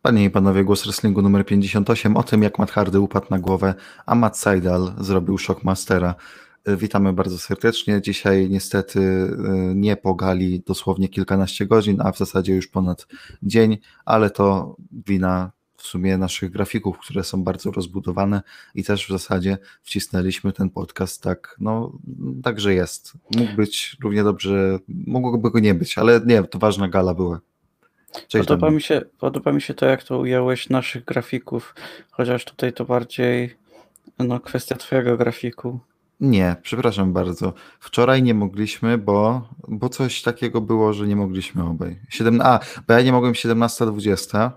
Panie i panowie, głos wrestlingu numer 58 o tym, jak Matt Hardy upadł na głowę, a Matt Sydal zrobił Shockmastera. Witamy bardzo serdecznie. Dzisiaj niestety nie po gali dosłownie kilkanaście godzin, a w zasadzie już ponad dzień, ale to wina w sumie naszych grafików, które są bardzo rozbudowane i też w zasadzie wcisnęliśmy ten podcast tak, tak, że jest. Mógł być równie dobrze, mogłoby go nie być, ale nie, to ważna gala była. Cześć, Podoba mi się to, jak to ująłeś naszych grafików, chociaż tutaj to bardziej kwestia twojego grafiku. Nie, przepraszam bardzo. Wczoraj nie mogliśmy, bo coś takiego było, że nie mogliśmy obaj. Bo ja nie mogłem 17:20,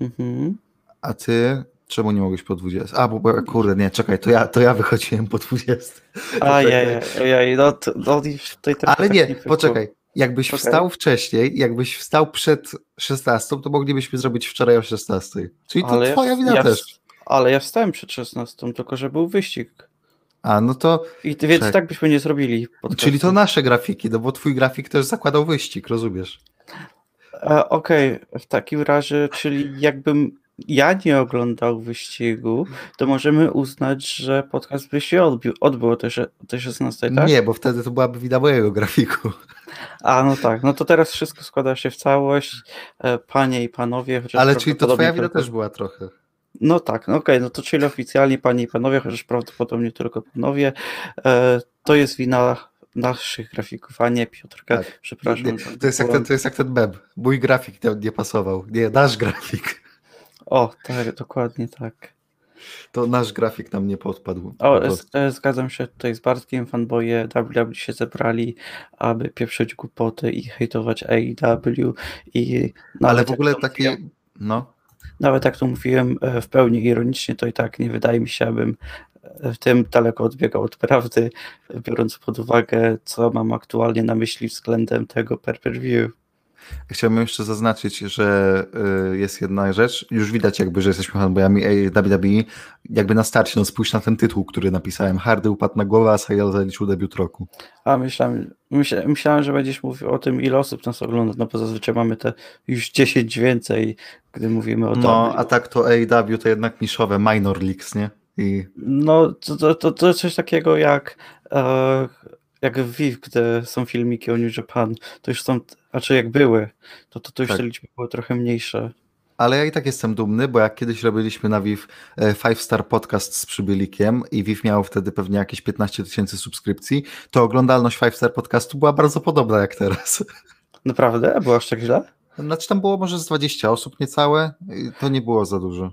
a ty czemu nie mogłeś po 20? Bo kurde, nie, czekaj, to ja wychodziłem po 20. Ajaj, tutaj trochę. Ale tak nie, pykło. poczekaj. Jakbyś wstał wcześniej, jakbyś wstał przed 16, to moglibyśmy zrobić wczoraj o 16. Czyli to twoja wina też. Ale ja wstałem przed 16, tylko że był wyścig. No to... Więc tak byśmy nie zrobili podcastu. Czyli to nasze grafiki, bo twój grafik też zakładał wyścig, rozumiesz? Okej, w takim razie, czyli jakbym ja nie oglądał wyścigu, to możemy uznać, że podcast by się odbył o tej 16, tak? Nie, bo wtedy to byłaby wina mojego grafiku. No tak, no to teraz wszystko składa się w całość, panie i panowie. Ale czyli to twoja wina też była trochę. No tak, okej, no to czyli oficjalnie panie i panowie, chociaż prawdopodobnie tylko panowie, to jest wina naszych grafików, a nie Piotrka. Tak. Przepraszam. Nie, to jest jak ten mem. Mój grafik nie pasował. Nie, nasz grafik. O, tak, dokładnie tak. To nasz grafik nam nie podpadł. Zgadzam się tutaj z Bartkiem. Fanboye WWE się zebrali, aby pieprzyć głupoty i hejtować AEW. Ale w ogóle takie... Nawet jak to mówiłem w pełni ironicznie, to i tak nie wydaje mi się, abym w tym daleko odbiegał od prawdy, biorąc pod uwagę, co mam aktualnie na myśli względem tego pay-per-view. Chciałbym jeszcze zaznaczyć, że jest jedna rzecz. Już widać jakby, że jesteśmy fanboyami WWE. Jakby na starcie, spójrz na ten tytuł, który napisałem. Hardy upadł na głowę, a Sydal zaliczył debiut roku. Myślałem, że będziesz mówił o tym, ile osób nas ogląda, bo zazwyczaj mamy te już 10 więcej, gdy mówimy o tym. A tak to AEW to jednak niszowe, minor leagues, nie? To coś takiego jak w WIW, gdzie są filmiki o New Japan, to już są, jak były, to już te liczby były trochę mniejsze. Ale ja i tak jestem dumny, bo jak kiedyś robiliśmy na WIW 5-Star Podcast z Przybylikiem i WIW miało wtedy pewnie jakieś 15 000 subskrypcji, to oglądalność 5-Star Podcastu była bardzo podobna jak teraz. Naprawdę? Było aż tak źle? Znaczy tam było może z 20 osób niecałe, to nie było za dużo.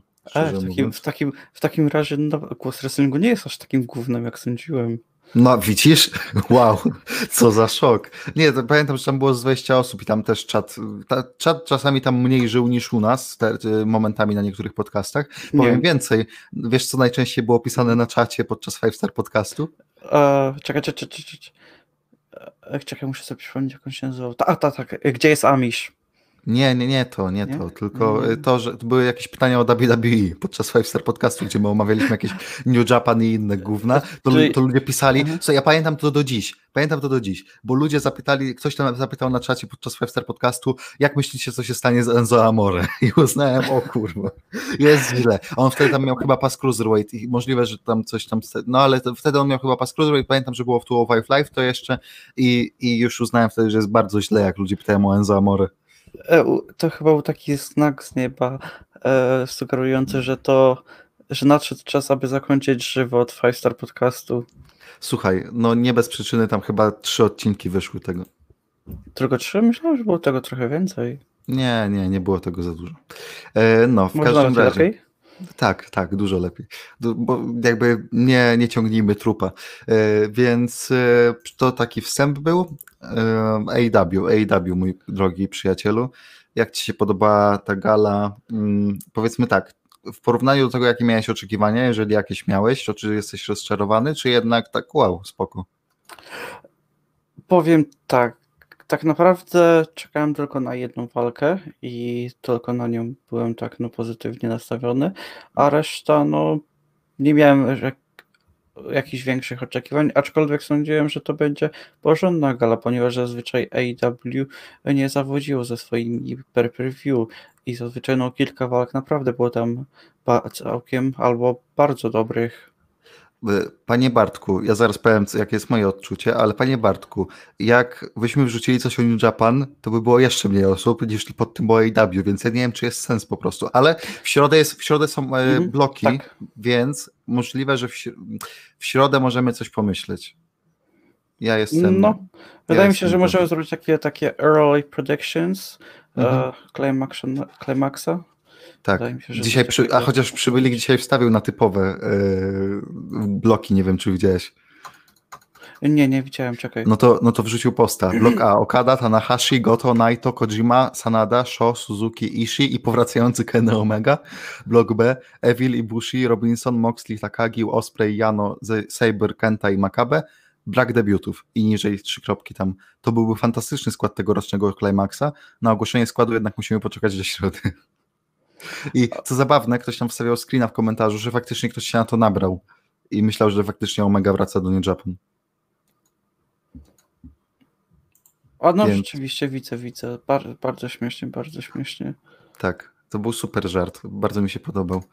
W takim razie głos wrestlingu nie jest aż takim gównem, jak sądziłem. No widzisz? Wow, co za szok. Nie, to pamiętam, że tam było z 20 osób i tam też czat czasami tam mniej żył niż u nas, momentami na niektórych podcastach. Powiem więcej, wiesz co najczęściej było pisane na czacie podczas 5-Star Podcastu? Czekaj, muszę sobie przypomnieć, jak on się nazywał. Tak, gdzie jest Amish? Nie to, tylko to, że były jakieś pytania o WWE podczas 5-Star Podcastu, gdzie my omawialiśmy jakieś New Japan i inne gówna, to ludzie pisali, ja pamiętam to do dziś, bo ludzie zapytali, ktoś tam zapytał na czacie podczas 5-Star Podcastu, jak myślicie, co się stanie z Enzo Amore? I uznałem, o kurwa, jest źle. On wtedy tam miał chyba pas Cruiserweight i możliwe, że tam coś tam, ale wtedy on miał chyba pas Cruiserweight, pamiętam, że było w 205 Live to jeszcze i już uznałem wtedy, że jest bardzo źle, jak ludzie pytają o Enzo Amore. To chyba był taki znak z nieba sugerujący, że nadszedł czas, aby zakończyć żywot 5-Star Podcastu. Słuchaj, nie bez przyczyny tam chyba 3 odcinki wyszły tego. Tylko 3? Myślałem, że było tego trochę więcej. Nie było tego za dużo. W Może każdym razie. Lepiej? Tak, dużo lepiej. Bo jakby nie ciągnijmy trupa. Więc to taki wstęp był. AEW, mój drogi przyjacielu. Jak ci się podobała ta gala? Powiedzmy tak, w porównaniu do tego, jakie miałeś oczekiwania, jeżeli jakieś miałeś, to czy jesteś rozczarowany, czy jednak tak wow, spoko? Powiem tak naprawdę czekałem tylko na jedną walkę i tylko na nią byłem tak pozytywnie nastawiony, a reszta nie miałem jakichś większych oczekiwań, aczkolwiek sądziłem, że to będzie porządna gala, ponieważ zazwyczaj AEW nie zawodziło ze swoimi pay-per-view i zazwyczaj kilka walk naprawdę było tam całkiem albo bardzo dobrych. Panie Bartku, ja zaraz powiem, jakie jest moje odczucie, ale panie Bartku, jak byśmy wrzucili coś o New Japan, to by było jeszcze mniej osób niż pod tym było AEW, więc ja nie wiem, czy jest sens po prostu, ale w środę są bloki, tak. Więc możliwe, że w środę możemy coś pomyśleć. Ja jestem... No, wydaje mi się, że możemy zrobić takie early predictions Climaxa. Tak, się, dzisiaj chociaż Przybylik dzisiaj wstawił na typowe bloki, nie wiem, czy widziałeś. Nie widziałem, czekaj. No to wrzucił posta. Blok A, Okada, Tanahashi, Goto, Naito, Kojima, Sanada, Sho, Suzuki, Ishii i powracający Kenny Omega. Blok B, Evil, Ibushi, Robinson, Moxley, Takagi, Osprey, Yano, Saber, Kenta i Makabe. Brak debiutów i niżej 3 kropki tam. To byłby fantastyczny skład tegorocznego Climaxa. Na ogłoszenie składu jednak musimy poczekać do środy. I co zabawne, ktoś tam wstawiał screena w komentarzu, że faktycznie ktoś się na to nabrał i myślał, że faktycznie Omega wraca do New Japan. Więc... rzeczywiście widzę. Bardzo śmiesznie. Tak, to był super żart. Bardzo mi się podobał.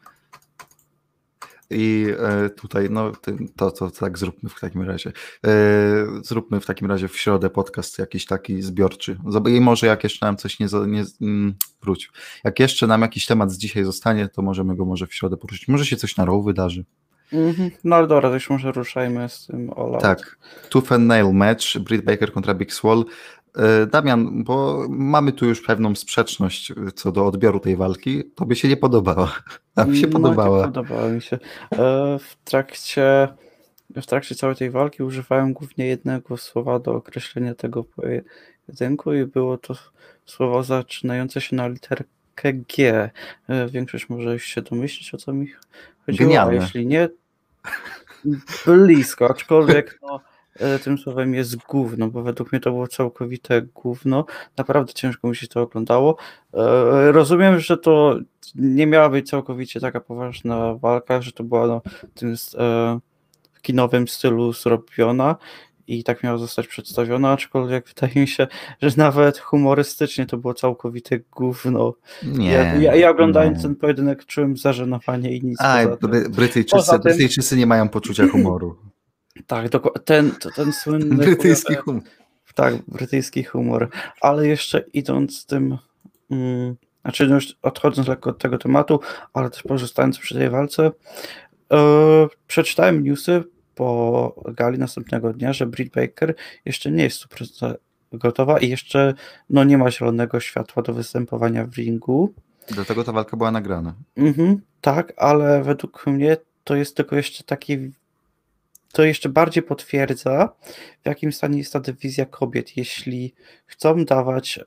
I tutaj, to tak zróbmy w takim razie. Zróbmy w takim razie w środę podcast jakiś taki zbiorczy. I może jak jeszcze nam coś wróć. Jak jeszcze nam jakiś temat z dzisiaj zostanie, to możemy go może w środę poruszyć. Może się coś na Raw wydarzy. No ale dobra, to już może ruszajmy z tym All Out. Tak, Tooth and Nail match, Britt Baker kontra Big Swole. Damian, bo mamy tu już pewną sprzeczność co do odbioru tej walki. Tobie się nie podobała. A mi się podobała. Nie podobała mi się. W trakcie całej tej walki używałem głównie jednego słowa do określenia tego pojedynku i było to słowo zaczynające się na literkę G. Większość może już się domyślić, o co mi chodziło, Genialne. A jeśli nie, blisko, aczkolwiek tym słowem jest gówno, bo według mnie to było całkowite gówno. Naprawdę ciężko mi się to oglądało. Rozumiem, że to nie miała być całkowicie taka poważna walka, że to była w tym kinowym stylu zrobiona i tak miała zostać przedstawiona, aczkolwiek wydaje mi się, że nawet humorystycznie to było całkowite gówno. Ja oglądając ten pojedynek czułem zażenowanie i nic poza tym. Brytyjczycy nie mają poczucia humoru. Tak, ten słynny... Brytyjski humor. Tak, brytyjski humor. Ale jeszcze idąc tym... już odchodząc lekko od tego tematu, ale też pozostając przy tej walce, przeczytałem newsy po gali następnego dnia, że Britt Baker jeszcze nie jest 100% gotowa i jeszcze nie ma zielonego światła do występowania w ringu. Dlatego ta walka była nagrana. Tak, ale według mnie to jest tylko jeszcze taki... To jeszcze bardziej potwierdza, w jakim stanie jest ta dywizja kobiet. Jeśli chcą dawać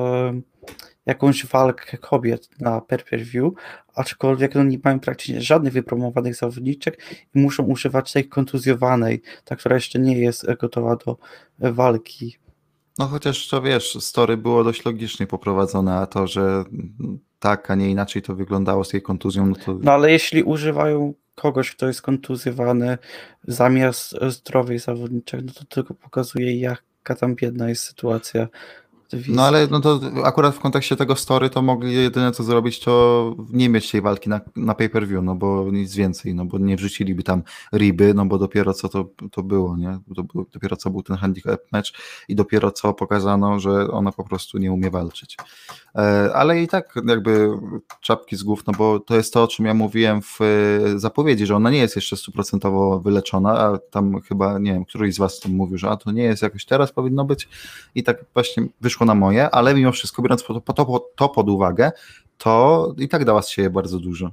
jakąś walkę kobiet na pay-per-view, aczkolwiek nie mają praktycznie żadnych wypromowanych zawodniczek i muszą używać tej kontuzjowanej, ta, która jeszcze nie jest gotowa do walki. No chociaż to wiesz, story było dość logicznie poprowadzone, a to, że tak, a nie inaczej to wyglądało z jej kontuzją, No ale jeśli używają kogoś, kto jest kontuzjowany zamiast zdrowych zawodniczek, to tylko pokazuje, jaka tam biedna jest sytuacja. No ale to akurat w kontekście tego story to mogli jedyne co zrobić, to nie mieć tej walki na pay-per-view, bo nic więcej, bo nie wrzuciliby tam Riby, bo dopiero co to było, nie? Dopiero co był ten handicap match i dopiero co pokazano, że ona po prostu nie umie walczyć. Ale i tak jakby czapki z głów, bo to jest to, o czym ja mówiłem w zapowiedzi, że ona nie jest jeszcze 100% wyleczona, a tam chyba, nie wiem, któryś z was tam mówił, że to nie jest jakoś teraz powinno być i tak właśnie wyszło na moje, ale mimo wszystko biorąc to pod uwagę, to i tak dała z siebie bardzo dużo.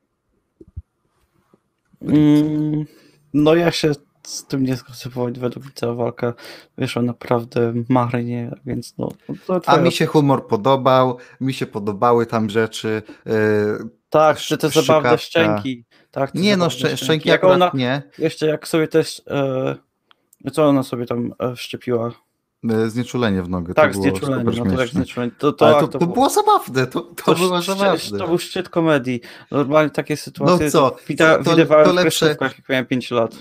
Ja się z tym nie zgodzę, bo według mnie ta walka wyszła naprawdę marnie, więc A mi się humor podobał, mi się podobały tam rzeczy. Tak, czy te zabawne szczęki. Tak, nie szczęki jak akurat nie. Jeszcze jak sobie też co ona sobie tam wszczepiła? Znieczulenie w nogę. Tak, znieczulenie. Ale to było zabawne. To było zabawne. To był szczyt komedii. Normalnie takie sytuacje widywałem w kreskówkach, jak miałem 5 lat.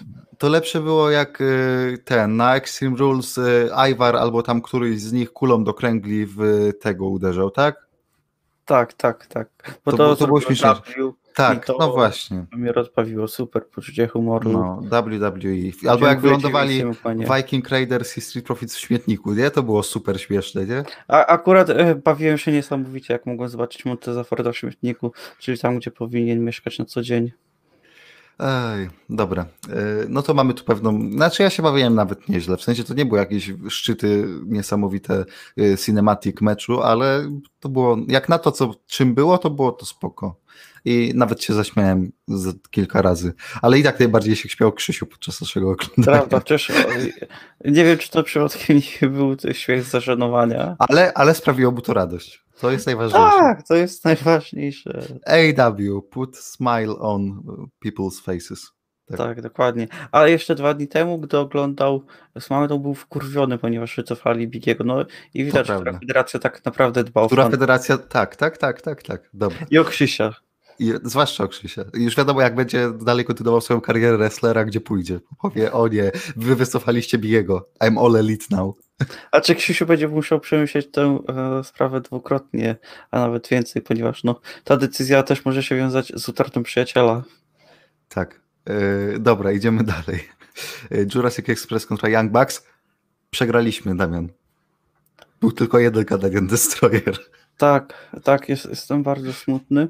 To lepsze było jak na Extreme Rules Ivar albo tam któryś z nich kulą do kręgli w tego uderzał, tak? Tak. Bo To było śmieszniejsze. Tak, i to no właśnie. mnie rozbawiło, super poczucie humoru. No, WWE. Albo jak wylądowali Viking Raiders i Street Profits w śmietniku, nie? To było super śmieszne, nie? A akurat bawiłem się niesamowicie, jak mogłem zobaczyć Monteza Forda w śmietniku, czyli tam, gdzie powinien mieszkać na co dzień. Ej, dobra. No to mamy tu pewną... Znaczy ja się bawiłem nawet nieźle, w sensie to nie były jakieś szczyty niesamowite cinematic meczu, ale to było, jak na to, czym było to spoko. I nawet się zaśmiałem kilka razy. Ale i tak najbardziej się śmiał Krzysiu podczas naszego oglądania. Prawda, też nie wiem, czy to przypadkiem nie był śmiech z zażenowania. Ale sprawiło mu to radość. To jest najważniejsze. Tak, to jest najważniejsze. AEW, put smile on people's faces. Tak, dokładnie. Ale jeszcze 2 dni temu, gdy oglądał SmackDown, był wkurwiony, ponieważ wycofali Bigiego. No i widać, że która federacja tak naprawdę dba o Która federacja, tak. Dobra. I o Krzysia. Zwłaszcza o Krzysia. Już wiadomo, jak będzie dalej kontynuował swoją karierę wrestlera, gdzie pójdzie. Powie, o nie, wy wycofaliście Bigiego. I'm all elite now. A czy Krzysiu będzie musiał przemyśleć tę sprawę dwukrotnie, a nawet więcej, ponieważ ta decyzja też może się wiązać z utratą przyjaciela. Tak. Dobra, idziemy dalej. Jurassic Express kontra Young Bucks. Przegraliśmy, Damian. Był tylko jeden Canadian Destroyer. Tak, jestem bardzo smutny.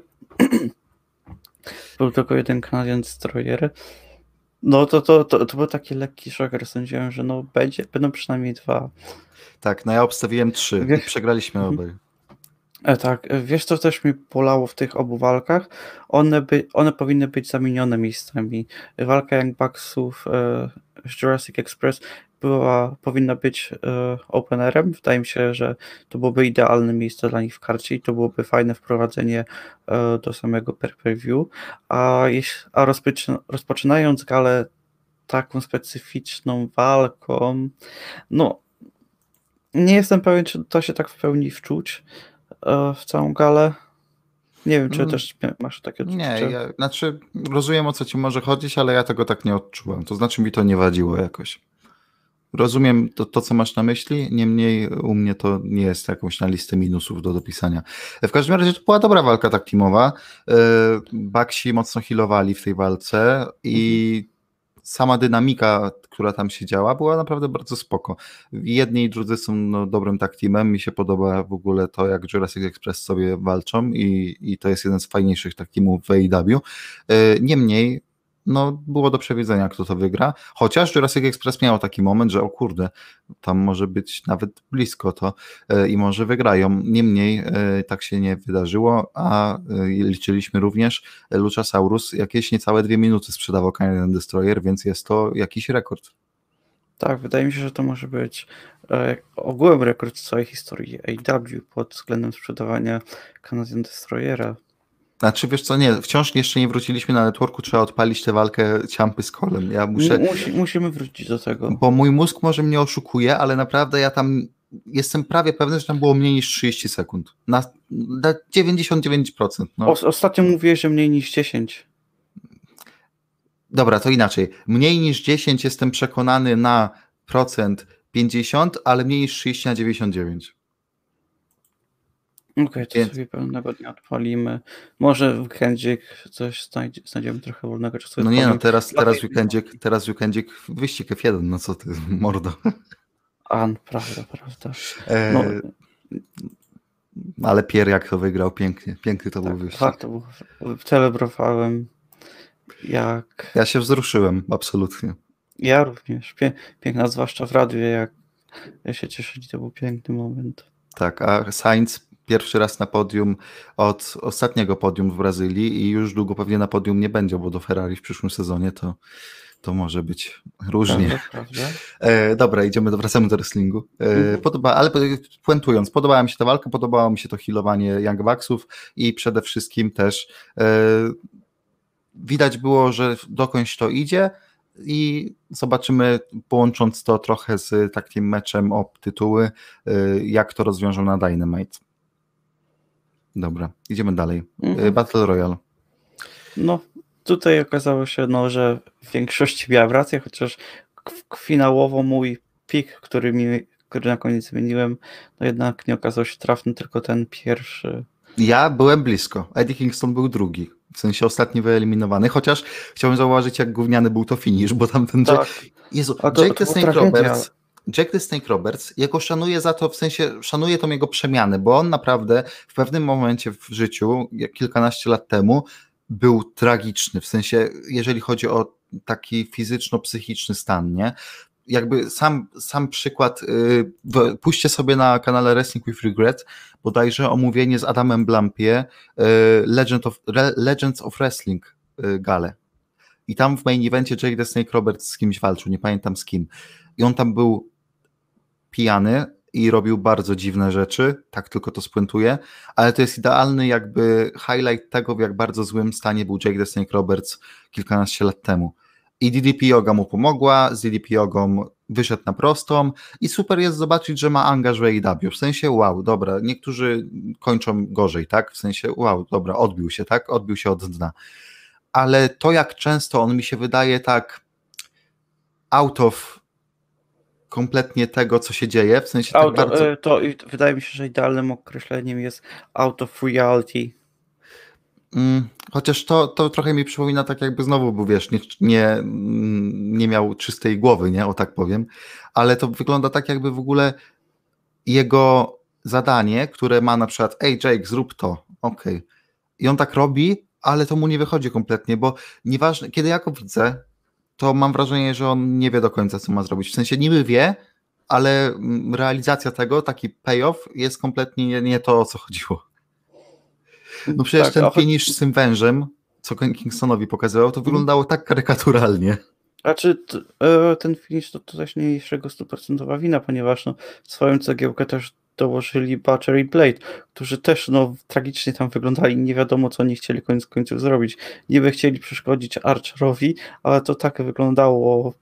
Był tylko jeden Canadian Destroyer. No to był taki lekki szoker. Sądziłem, że będą przynajmniej 2. Tak, ja obstawiłem 3 i przegraliśmy obaj. Tak, wiesz co też mi bolało w tych obu walkach? One powinny być zamienione miejscami. Walka Young Bucksów z Jurassic Express powinna być openerem. Wydaje mi się, że to byłoby idealne miejsce dla nich w karcie i to byłoby fajne wprowadzenie do samego pay-per-view. A rozpoczynając galę taką specyficzną walką, nie jestem pewien, czy to się tak w pełni wczuć w całą galę. Nie wiem, czy też masz takie odczucie. Nie, rozumiem, o co ci może chodzić, ale ja tego tak nie odczułem. To znaczy mi to nie wadziło jakoś. Rozumiem to, co masz na myśli, niemniej u mnie to nie jest jakąś na listę minusów do dopisania. W każdym razie to była dobra walka tag teamowa. Bucksi mocno healowali w tej walce i sama dynamika, która tam się działa, była naprawdę bardzo spoko. Jedni i drudzy są dobrym tag teamem. Mi się podoba w ogóle to, jak Jurassic Express sobie walczą i to jest jeden z fajniejszych tag teamów w AEW. Niemniej było do przewidzenia, kto to wygra, chociaż Jurassic Express miał taki moment, że o kurde, tam może być nawet blisko to i może wygrają. Niemniej tak się nie wydarzyło, a liczyliśmy również Luchasaurus jakieś niecałe 2 minuty sprzedawał Canadian Destroyer, więc jest to jakiś rekord. Tak, wydaje mi się, że to może być ogółem rekord w całej historii AEW pod względem sprzedawania Canadian Destroyera. Znaczy, wiesz co, nie, wciąż jeszcze nie wróciliśmy na networku, trzeba odpalić tę walkę ciampy z kolem. Musimy wrócić do tego. Bo mój mózg może mnie oszukuje, ale naprawdę ja tam jestem prawie pewny, że tam było mniej niż 30 sekund. Na 99%. Ostatnio mówiłeś, że mniej niż 10. Dobra, to inaczej. Mniej niż 10 jestem przekonany na 50%, ale mniej niż 30 na 99%. Okej, to sobie pewnego dnia odpalimy. Może w weekendzik coś znajdziemy trochę wolnego czasu. Teraz weekendzik wyścig F1, co ty, mordo. Prawda. Ale Pierre jak to wygrał, piękny to był wyścig. Tak, to był, celebrowałem jak... Ja się wzruszyłem, absolutnie. Ja również, piękna, zwłaszcza w radiu, jak ja się cieszę, to był piękny moment. Tak, a Sainz pierwszy raz na podium od ostatniego podium w Brazylii i już długo pewnie na podium nie będzie, bo do Ferrari w przyszłym sezonie to może być różnie. Prawda. Dobra, wracamy do wrestlingu. Ale puentując, podobała mi się ta walka, podobało mi się to healowanie Young Bucksów i przede wszystkim też widać było, że dokądś to idzie i zobaczymy, połącząc to trochę z takim meczem o tytuły, jak to rozwiążą na Dynamite. Dobra, idziemy dalej. Battle Royale. tutaj okazało się, że w większości miałem rację, chociaż finałowo mój pik, który na koniec zmieniłem, jednak nie okazał się trafny, tylko ten pierwszy. Ja byłem blisko. Eddie Kingston był drugi. W sensie ostatni wyeliminowany, chociaż chciałbym zauważyć, jak gówniany był to finish, bo tamten Tak. Jezu, Jake the Snake Roberts, ja go szanuję za to, w sensie szanuję tą jego przemianę, bo on naprawdę w pewnym momencie w życiu, kilkanaście lat temu, był tragiczny, w sensie jeżeli chodzi o taki fizyczno-psychiczny stan, nie? Jakby sam przykład, puśćcie sobie na kanale Wrestling with Regret bodajże omówienie z Adamem Blampie Legends of Wrestling gale. I tam w main evencie Jake the Snake Roberts z kimś walczył, nie pamiętam z kim. I on tam był pijany i robił bardzo dziwne rzeczy, tak tylko to spuentuję, ale to jest idealny jakby highlight tego, w jak bardzo złym stanie był Jake the Snake Roberts kilkanaście lat temu. I DDP Yoga mu pomogła, z DDP Yogą wyszedł na prostą i super jest zobaczyć, że ma angaż w AEW, w sensie wow, dobra, niektórzy kończą gorzej, tak, w sensie wow, dobra, odbił się, tak, odbił się od dna, ale to jak często on mi się wydaje tak out of kompletnie tego, co się dzieje, w sensie tak bardzo... To wydaje mi się, że idealnym określeniem jest out of reality. Chociaż to trochę mi przypomina tak jakby znowu, bo wiesz, nie miał czystej głowy, nie, o tak powiem, ale to wygląda tak jakby w ogóle jego zadanie, które ma na przykład Jake, zrób to, okej. I on tak robi, ale to mu nie wychodzi kompletnie, bo nieważne, kiedy ja go widzę, to mam wrażenie, że on nie wie do końca, co ma zrobić, w sensie niby wie, ale realizacja tego, taki payoff jest kompletnie nie to, o co chodziło. No przecież tak, ten finish z tym wężem, co Kingstonowi pokazywał, to wyglądało tak karykaturalnie. Znaczy ten finish to też nie jest jego 100% wina, ponieważ swoją cegiełkę też dołożyli Butcher i Blade, którzy też tragicznie tam wyglądali, nie wiadomo co oni chcieli koniec końców zrobić. Niby chcieli przeszkodzić Archerowi, ale to tak wyglądało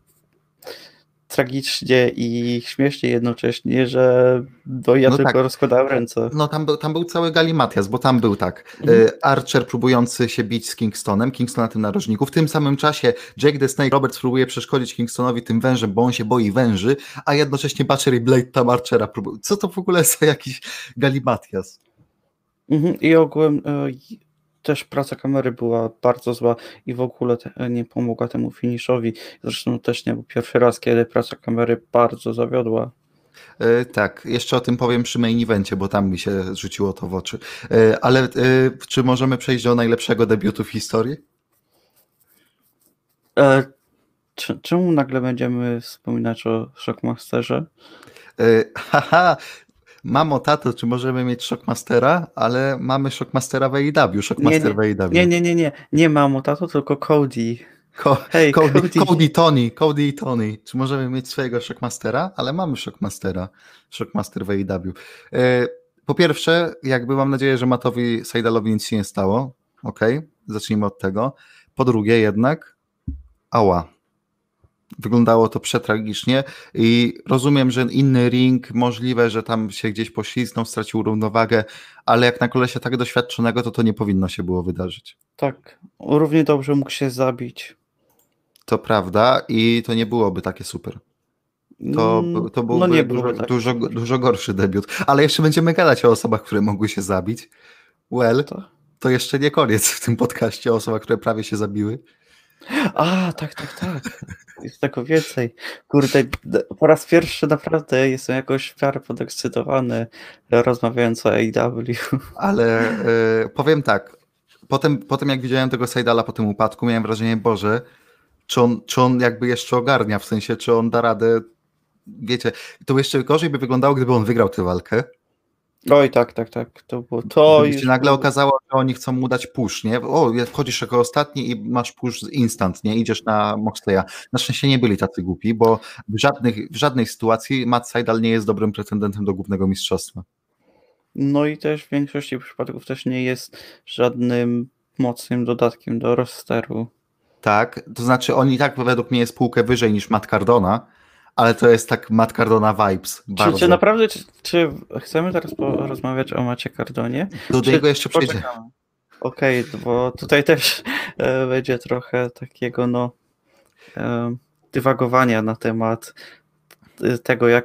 tragicznie i śmiesznie jednocześnie, że ja tylko rozkładałem ręce. No tam był cały galimatias, bo tam był tak, Archer próbujący się bić z Kingstonem, Kingston na tym narożniku, w tym samym czasie Jake the Snake Roberts próbuje przeszkodzić Kingstonowi tym wężem, bo on się boi węży, a jednocześnie Butcher i Blade tam Archera próbują. Co to w ogóle za jakiś galimatias? I ogółem też praca kamery była bardzo zła i w ogóle nie pomogła temu finiszowi. Zresztą też nie był pierwszy raz, kiedy praca kamery bardzo zawiodła. Tak, jeszcze o tym powiem przy main evencie, bo tam mi się rzuciło to w oczy. Ale czy możemy przejść do najlepszego debiutu w historii? Czemu nagle będziemy wspominać o Shockmasterze? Mamo, tato, czy możemy mieć Shockmastera? Ale mamy Shockmastera w AEW, Shockmaster w AEW. Nie mamo, tato, tylko Cody. Hej, Cody i Tony. Czy możemy mieć swojego Shockmastera? Ale mamy Shockmastera, Shockmaster w AEW. Po pierwsze, jakby mam nadzieję, że Mattowi Seidalowi nic się nie stało. Okej, zacznijmy od tego. Po drugie jednak, wyglądało to przetragicznie i rozumiem, że inny ring, możliwe, że tam się gdzieś poślizgnął, stracił równowagę, ale jak na kolesia tak doświadczonego, to nie powinno się było wydarzyć. Tak, równie dobrze mógł się zabić. To prawda i to nie byłoby takie super. To byłby dużo gorszy debiut. Ale jeszcze będziemy gadać o osobach, które mogły się zabić. To jeszcze nie koniec w tym podcaście o osobach, które prawie się zabiły. Tak. Jest tego więcej. Kurde, po raz pierwszy naprawdę jestem jakoś w miarę podekscytowany rozmawiając o AEW. Ale powiem tak, potem jak widziałem tego Seidala po tym upadku, miałem wrażenie, Boże, czy on jakby jeszcze ogarnia, w sensie, czy on da radę, wiecie, to jeszcze gorzej by wyglądało, gdyby on wygrał tę walkę. Oj, tak, to było to. Gdyby się nagle okazało, że oni chcą mu dać push, nie? Wchodzisz jako ostatni i masz push instant, nie? Idziesz na Moxleya. Na szczęście nie byli tacy głupi, bo w żadnej sytuacji Matt Seidel nie jest dobrym pretendentem do głównego mistrzostwa. No i też w większości przypadków też nie jest żadnym mocnym dodatkiem do rosteru. Tak, to znaczy on i tak według mnie jest półkę wyżej niż Matt Cardona, ale to jest tak Matt Cardona vibes. Czy naprawdę, czy chcemy teraz rozmawiać o Matcie Cardonie? Do niego jeszcze przejdziemy. Okej, bo tutaj też będzie trochę takiego dywagowania na temat tego, jak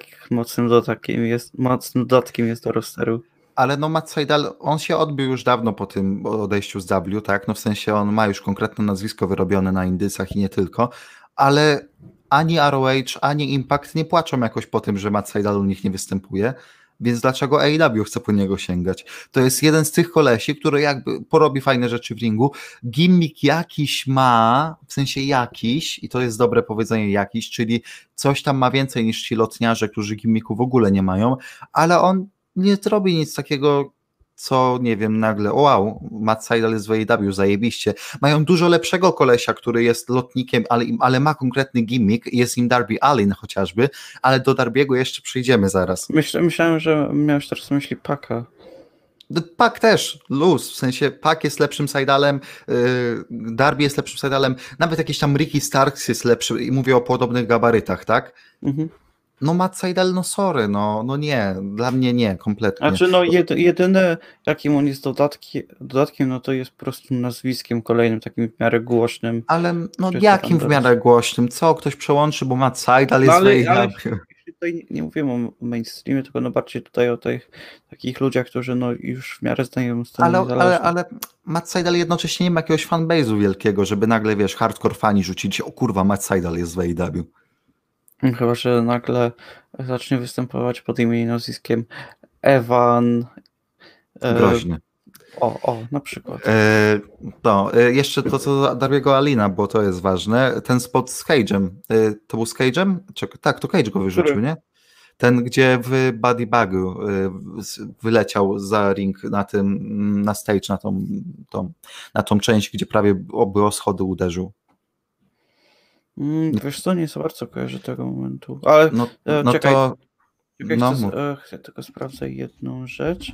mocnym dodatkiem jest do rosteru. Ale no Matt Sydal, on się odbił już dawno po tym odejściu z W, tak? No w sensie on ma już konkretne nazwisko wyrobione na Indysach i nie tylko, ale ani ROH, ani Impact nie płaczą jakoś po tym, że Matt Sydal u nich nie występuje, więc dlaczego AEW chce po niego sięgać? To jest jeden z tych kolesi, który jakby porobi fajne rzeczy w ringu, gimmick jakiś ma, w sensie jakiś, i to jest dobre powiedzenie jakiś, czyli coś tam ma więcej niż ci lotniarze, którzy gimmicku w ogóle nie mają, ale on nie zrobi nic takiego, co nie wiem, nagle, wow, Matt Sydal jest w AEW, zajebiście. Mają dużo lepszego kolesia, który jest lotnikiem, ale ma konkretny gimmick, jest im Darby Allin chociażby, ale do Darbiego jeszcze przyjdziemy zaraz. Myślałem, że miałeś teraz na myśli Paka. Pac też, luz, w sensie Pac jest lepszym Sydalem, Darby jest lepszym Sydalem, nawet jakiś tam Ricky Starks jest lepszy i mówię o podobnych gabarytach, tak? Mhm. No Matt Sydal, no sorry, no nie, dla mnie nie, kompletnie. Znaczy jedyne jakim on jest dodatkiem, no to jest po prostu nazwiskiem kolejnym, takim w miarę głośnym. Ale no jakim w miarę głośnym? Co ktoś przełączy, bo Matt Sydal jest w AEW. Tutaj nie mówimy o mainstreamie, tylko bardziej tutaj o tych takich ludziach, którzy już w miarę znają scenę niezależną. Ale Matt Sydal jednocześnie nie ma jakiegoś fanbase'u wielkiego, żeby nagle, wiesz, hardcore fani rzucili się, o kurwa, Matt Sydal jest w AEW. Chyba, że nagle zacznie występować pod imieniem nazwiskiem Evan. Groźny. Na przykład. Jeszcze to, co Darbiego Allina, bo to jest ważne. Ten spot z Cage'em. To był z Cage'em? Tak, to Cage go wyrzucił, nie? Ten, gdzie w Buddy Bagu wyleciał za ring na stage, na tą część, gdzie prawie o schody uderzył. Wiesz co, nie za bardzo kojarzę tego momentu. Ale czekaj, chcę tylko sprawdzę jedną rzecz.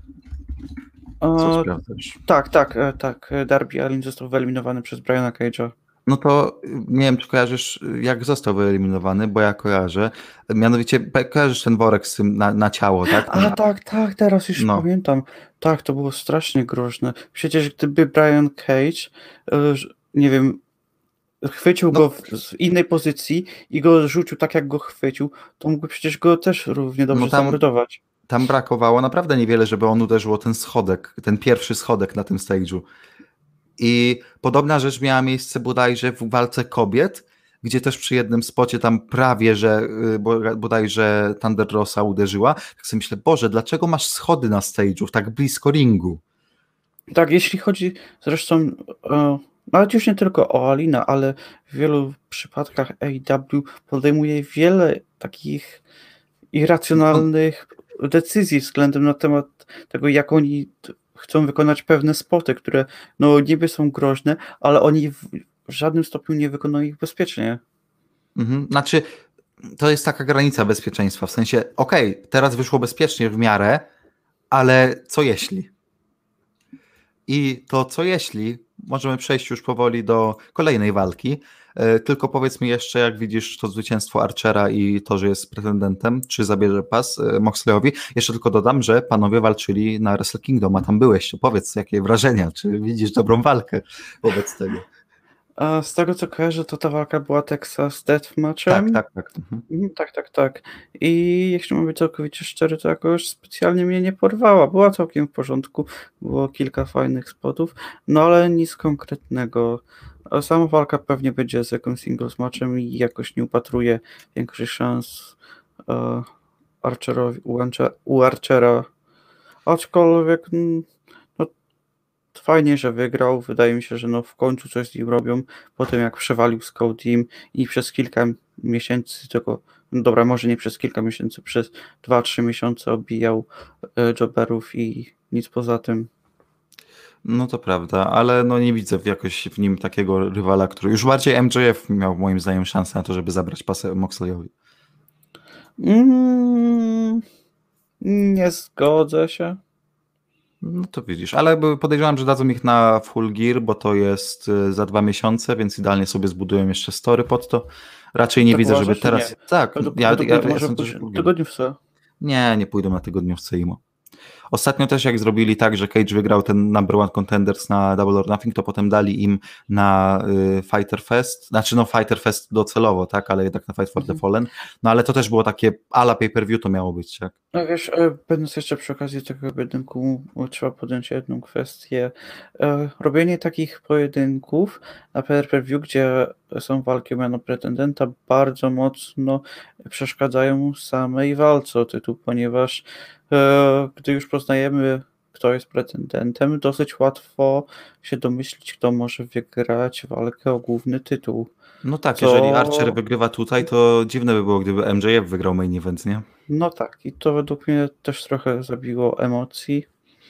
Co sprawdzasz? Tak. Darby Allin został wyeliminowany przez Briana Cage'a. No to nie wiem, czy kojarzysz, jak został wyeliminowany, bo ja kojarzę. Mianowicie kojarzysz ten worek z tym na ciało, tak? Tak, teraz już pamiętam. Tak, to było strasznie groźne. Przecież gdyby Brian Cage, nie wiem, chwycił go w innej pozycji i go rzucił tak, jak go chwycił, to mógłby przecież go też równie dobrze zamordować. Tam brakowało naprawdę niewiele, żeby on uderzył o ten schodek, ten pierwszy schodek na tym stage'u. I podobna rzecz miała miejsce bodajże w walce kobiet, gdzie też przy jednym spocie tam prawie, że bodajże Thunder Rosa uderzyła. Tak sobie myślę, Boże, dlaczego masz schody na stage'u, tak blisko ringu? Tak, jeśli chodzi zresztą, nawet już nie tylko o Alina, ale w wielu przypadkach AEW podejmuje wiele takich irracjonalnych decyzji względem na temat tego, jak oni chcą wykonać pewne spoty, które niby są groźne, ale oni w żadnym stopniu nie wykonują ich bezpiecznie. Znaczy, to jest taka granica bezpieczeństwa, w sensie, okej, teraz wyszło bezpiecznie w miarę, ale co jeśli? I to co jeśli, możemy przejść już powoli do kolejnej walki, tylko powiedz mi jeszcze, jak widzisz to zwycięstwo Archera i to, że jest pretendentem, czy zabierze pas Moxleyowi. Jeszcze tylko dodam, że panowie walczyli na Wrestle Kingdom, a tam byłeś. Powiedz, jakie wrażenia, czy widzisz dobrą walkę wobec tego? A z tego, co kojarzę, to ta walka była Texas Deathmatchem. Tak. Tak. I jeśli mam być całkowicie szczery, to jakoś specjalnie mnie nie porwała. Była całkiem w porządku, było kilka fajnych spotów, ale nic konkretnego. A sama walka pewnie będzie z jakimś singles matchem i jakoś nie upatruję większych szans u Archera. Aczkolwiek fajnie, że wygrał. Wydaje mi się, że w końcu coś z nim robią po tym, jak przewalił z Team i przez kilka miesięcy może nie przez kilka miesięcy, przez 2-3 miesiące obijał jobberów i nic poza tym. No to prawda, ale nie widzę jakoś w nim takiego rywala, który już bardziej MJF miał moim zdaniem szansę na to, żeby zabrać pasę Moxleyowi. Nie zgodzę się. No to widzisz, ale podejrzewam, że dadzą ich na Full Gear, bo to jest za 2 miesiące, więc idealnie sobie zbudują jeszcze story pod to. Raczej nie widzę, żeby teraz... Nie. Tak, ja jestem też w tygodniówce. Nie pójdą na tygodniówce IMO. Ostatnio też jak zrobili tak, że Cage wygrał ten number one contenders na Double or Nothing, to potem dali im na Fighter Fest, znaczy no Fighter Fest docelowo, tak, ale jednak na Fight for the Fallen, no ale to też było takie ala pay-per-view to miało być, tak? No wiesz, będąc jeszcze przy okazji tego pojedynku, trzeba podjąć jedną kwestię. Robienie takich pojedynków na pay-per-view, gdzie są walki o miano pretendenta, bardzo mocno przeszkadzają samej walce o tytuł, ponieważ gdy już poznajemy, kto jest pretendentem, dosyć łatwo się domyślić, kto może wygrać walkę o główny tytuł. No tak, jeżeli Archer wygrywa tutaj, to dziwne by było, gdyby MJF wygrał main event, nie? No tak, i to według mnie też trochę zabiło emocji.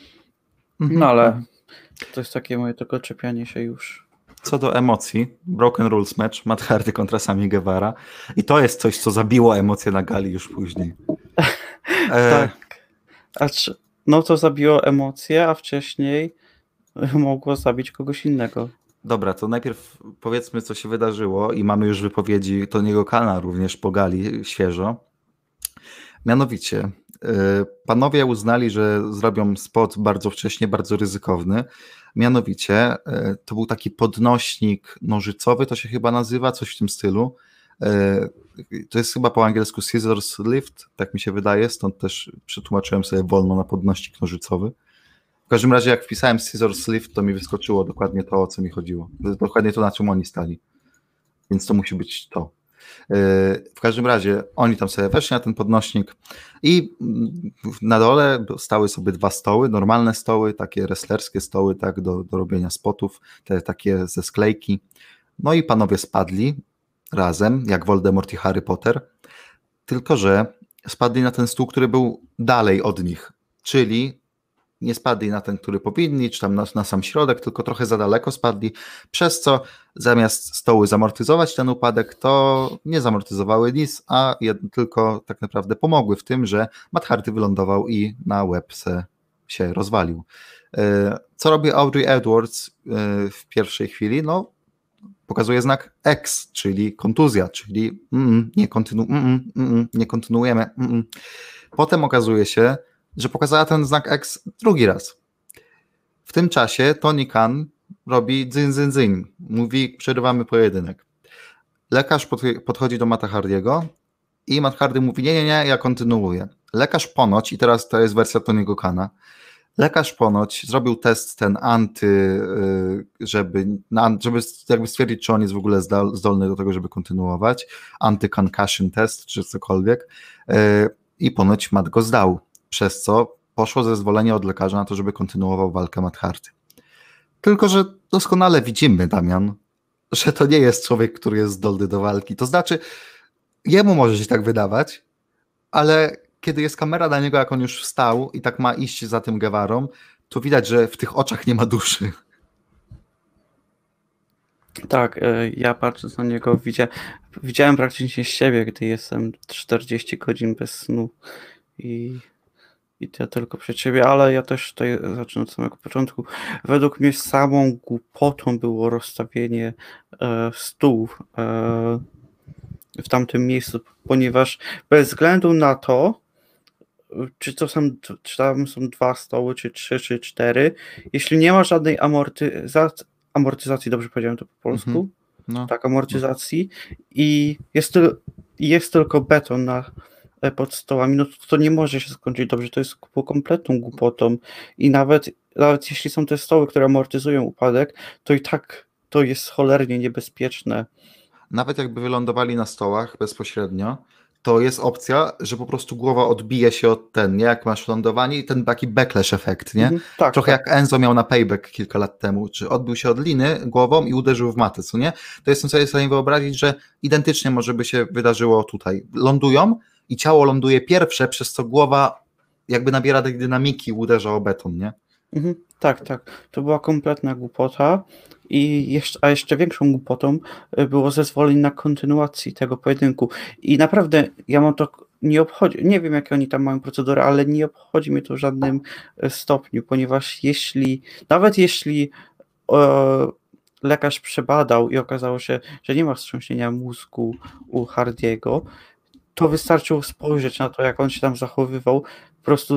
No ale to jest takie moje tylko czepianie się już. Co do emocji, Broken Rules match, Matt Hardy kontra Sammy Guevara i to jest coś, co zabiło emocje na gali już później. Tak, no to zabiło emocje, a wcześniej mogło zabić kogoś innego. Dobra, to najpierw powiedzmy, co się wydarzyło i mamy już wypowiedzi Tony'ego Khana również po gali świeżo. Mianowicie, panowie uznali, że zrobią spot bardzo wcześnie, bardzo ryzykowny. Mianowicie, to był taki podnośnik nożycowy, to się chyba nazywa, coś w tym stylu. To jest chyba po angielsku scissors lift, tak mi się wydaje, stąd też przetłumaczyłem sobie wolno na podnośnik nożycowy. W każdym razie jak wpisałem scissors lift, to mi wyskoczyło dokładnie to, o co mi chodziło. Dokładnie to, na czym oni stali. Więc to musi być to. W każdym razie oni tam sobie weszli na ten podnośnik i na dole stały sobie dwa stoły, normalne stoły, takie wrestlerskie stoły, tak, do robienia spotów, te takie ze sklejki. No i panowie spadli razem, jak Voldemort i Harry Potter, tylko że spadli na ten stół, który był dalej od nich, czyli nie spadli na ten, który powinni, czy tam na sam środek, tylko trochę za daleko spadli, przez co zamiast stoły zamortyzować ten upadek, to nie zamortyzowały nic, a tylko tak naprawdę pomogły w tym, że Matt Hardy wylądował i na łeb się rozwalił. Co robi Aubrey Edwards w pierwszej chwili? No, pokazuje znak X, czyli kontuzja, czyli nie kontynuujemy. Potem okazuje się, że pokazała ten znak X drugi raz. W tym czasie Tony Khan robi dzyn, dzyn, dzyn. Mówi, przerywamy pojedynek. Lekarz podchodzi do Matta Hardiego i Matt Hardy mówi, nie, ja kontynuuję. Lekarz ponoć, i teraz to jest wersja Tony'ego Khana, lekarz ponoć zrobił test ten żeby jakby stwierdzić, czy on jest w ogóle zdolny do tego, żeby kontynuować. Anty-concussion test, czy cokolwiek. I ponoć Matt go zdał, przez co poszło zezwolenie od lekarza na to, żeby kontynuował walkę Matt Hardy. Tylko że doskonale widzimy, Damian, że to nie jest człowiek, który jest zdolny do walki. To znaczy, jemu może się tak wydawać, ale kiedy jest kamera na niego, jak on już wstał i tak ma iść za tym Guevarą, to widać, że w tych oczach nie ma duszy. Tak, ja patrząc na niego widziałem praktycznie siebie, gdy jestem 40 godzin bez snu i to tylko przed siebie, ale ja też tutaj zacznę od samego początku. Według mnie samą głupotą było rozstawienie stół w tamtym miejscu, ponieważ bez względu na to, czy tam są 2 stoły, czy 3, czy 4, jeśli nie ma żadnej amortyzacji, dobrze powiedziałem to po polsku? No. Tak, amortyzacji i jest tylko beton pod stołami, no to nie może się skończyć dobrze, to jest kompletną głupotą i nawet jeśli są te stoły, które amortyzują upadek, to i tak to jest cholernie niebezpieczne. Nawet jakby wylądowali na stołach bezpośrednio, to jest opcja, że po prostu głowa odbije się od nie? Jak masz lądowanie i ten taki backlash efekt, nie? Tak, trochę tak. Jak Enzo miał na Payback kilka lat temu, czy odbił się od liny głową i uderzył w matę, co nie? To jestem sobie w stanie wyobrazić, że identycznie może by się wydarzyło tutaj. Lądują i ciało ląduje pierwsze, przez co głowa jakby nabiera tej dynamiki, uderza o beton, nie? Tak. To była kompletna głupota a jeszcze większą głupotą było zezwolenie na kontynuację tego pojedynku. I naprawdę ja mam to nie obchodzi, nie wiem jakie oni tam mają procedury, ale nie obchodzi mnie to w żadnym stopniu, ponieważ nawet jeśli lekarz przebadał i okazało się, że nie ma wstrząśnienia mózgu u Hardiego, to wystarczyło spojrzeć na to, jak on się tam zachowywał, po prostu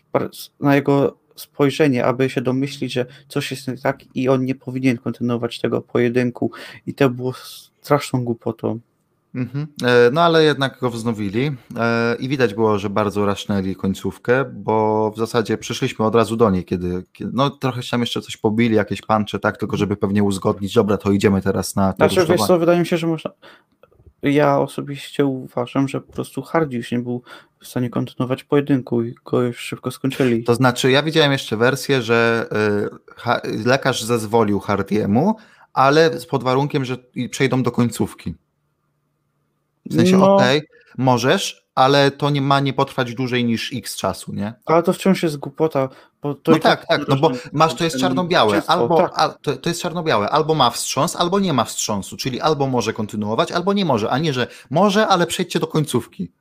na jego spojrzenie, aby się domyślić, że coś jest nie tak i on nie powinien kontynuować tego pojedynku i to było straszną głupotą. No ale jednak go wznowili i widać było, że bardzo rasznęli końcówkę, bo w zasadzie przyszliśmy od razu do niej, kiedy no trochę się tam jeszcze coś pobili, jakieś punche, tak, tylko żeby pewnie uzgodnić, dobra, to idziemy teraz na te Znaczy, wiesz co, wydaje mi się, że można. Ja osobiście uważam, że po prostu Hardy już nie był w stanie kontynuować pojedynku i go już szybko skończyli. To znaczy, ja widziałem jeszcze wersję, że lekarz zezwolił Hardiemu, ale pod warunkiem, że przejdą do końcówki. W sensie, okej, możesz, ale to nie potrwać dłużej niż x czasu, nie? Ale to wciąż jest głupota. Bo to no tak, no bo masz, to jest czarno-białe, albo tak. to jest czarno-białe, albo ma wstrząs, albo nie ma wstrząsu, czyli albo może kontynuować, albo nie może, a nie, że może, ale przejdźcie do końcówki.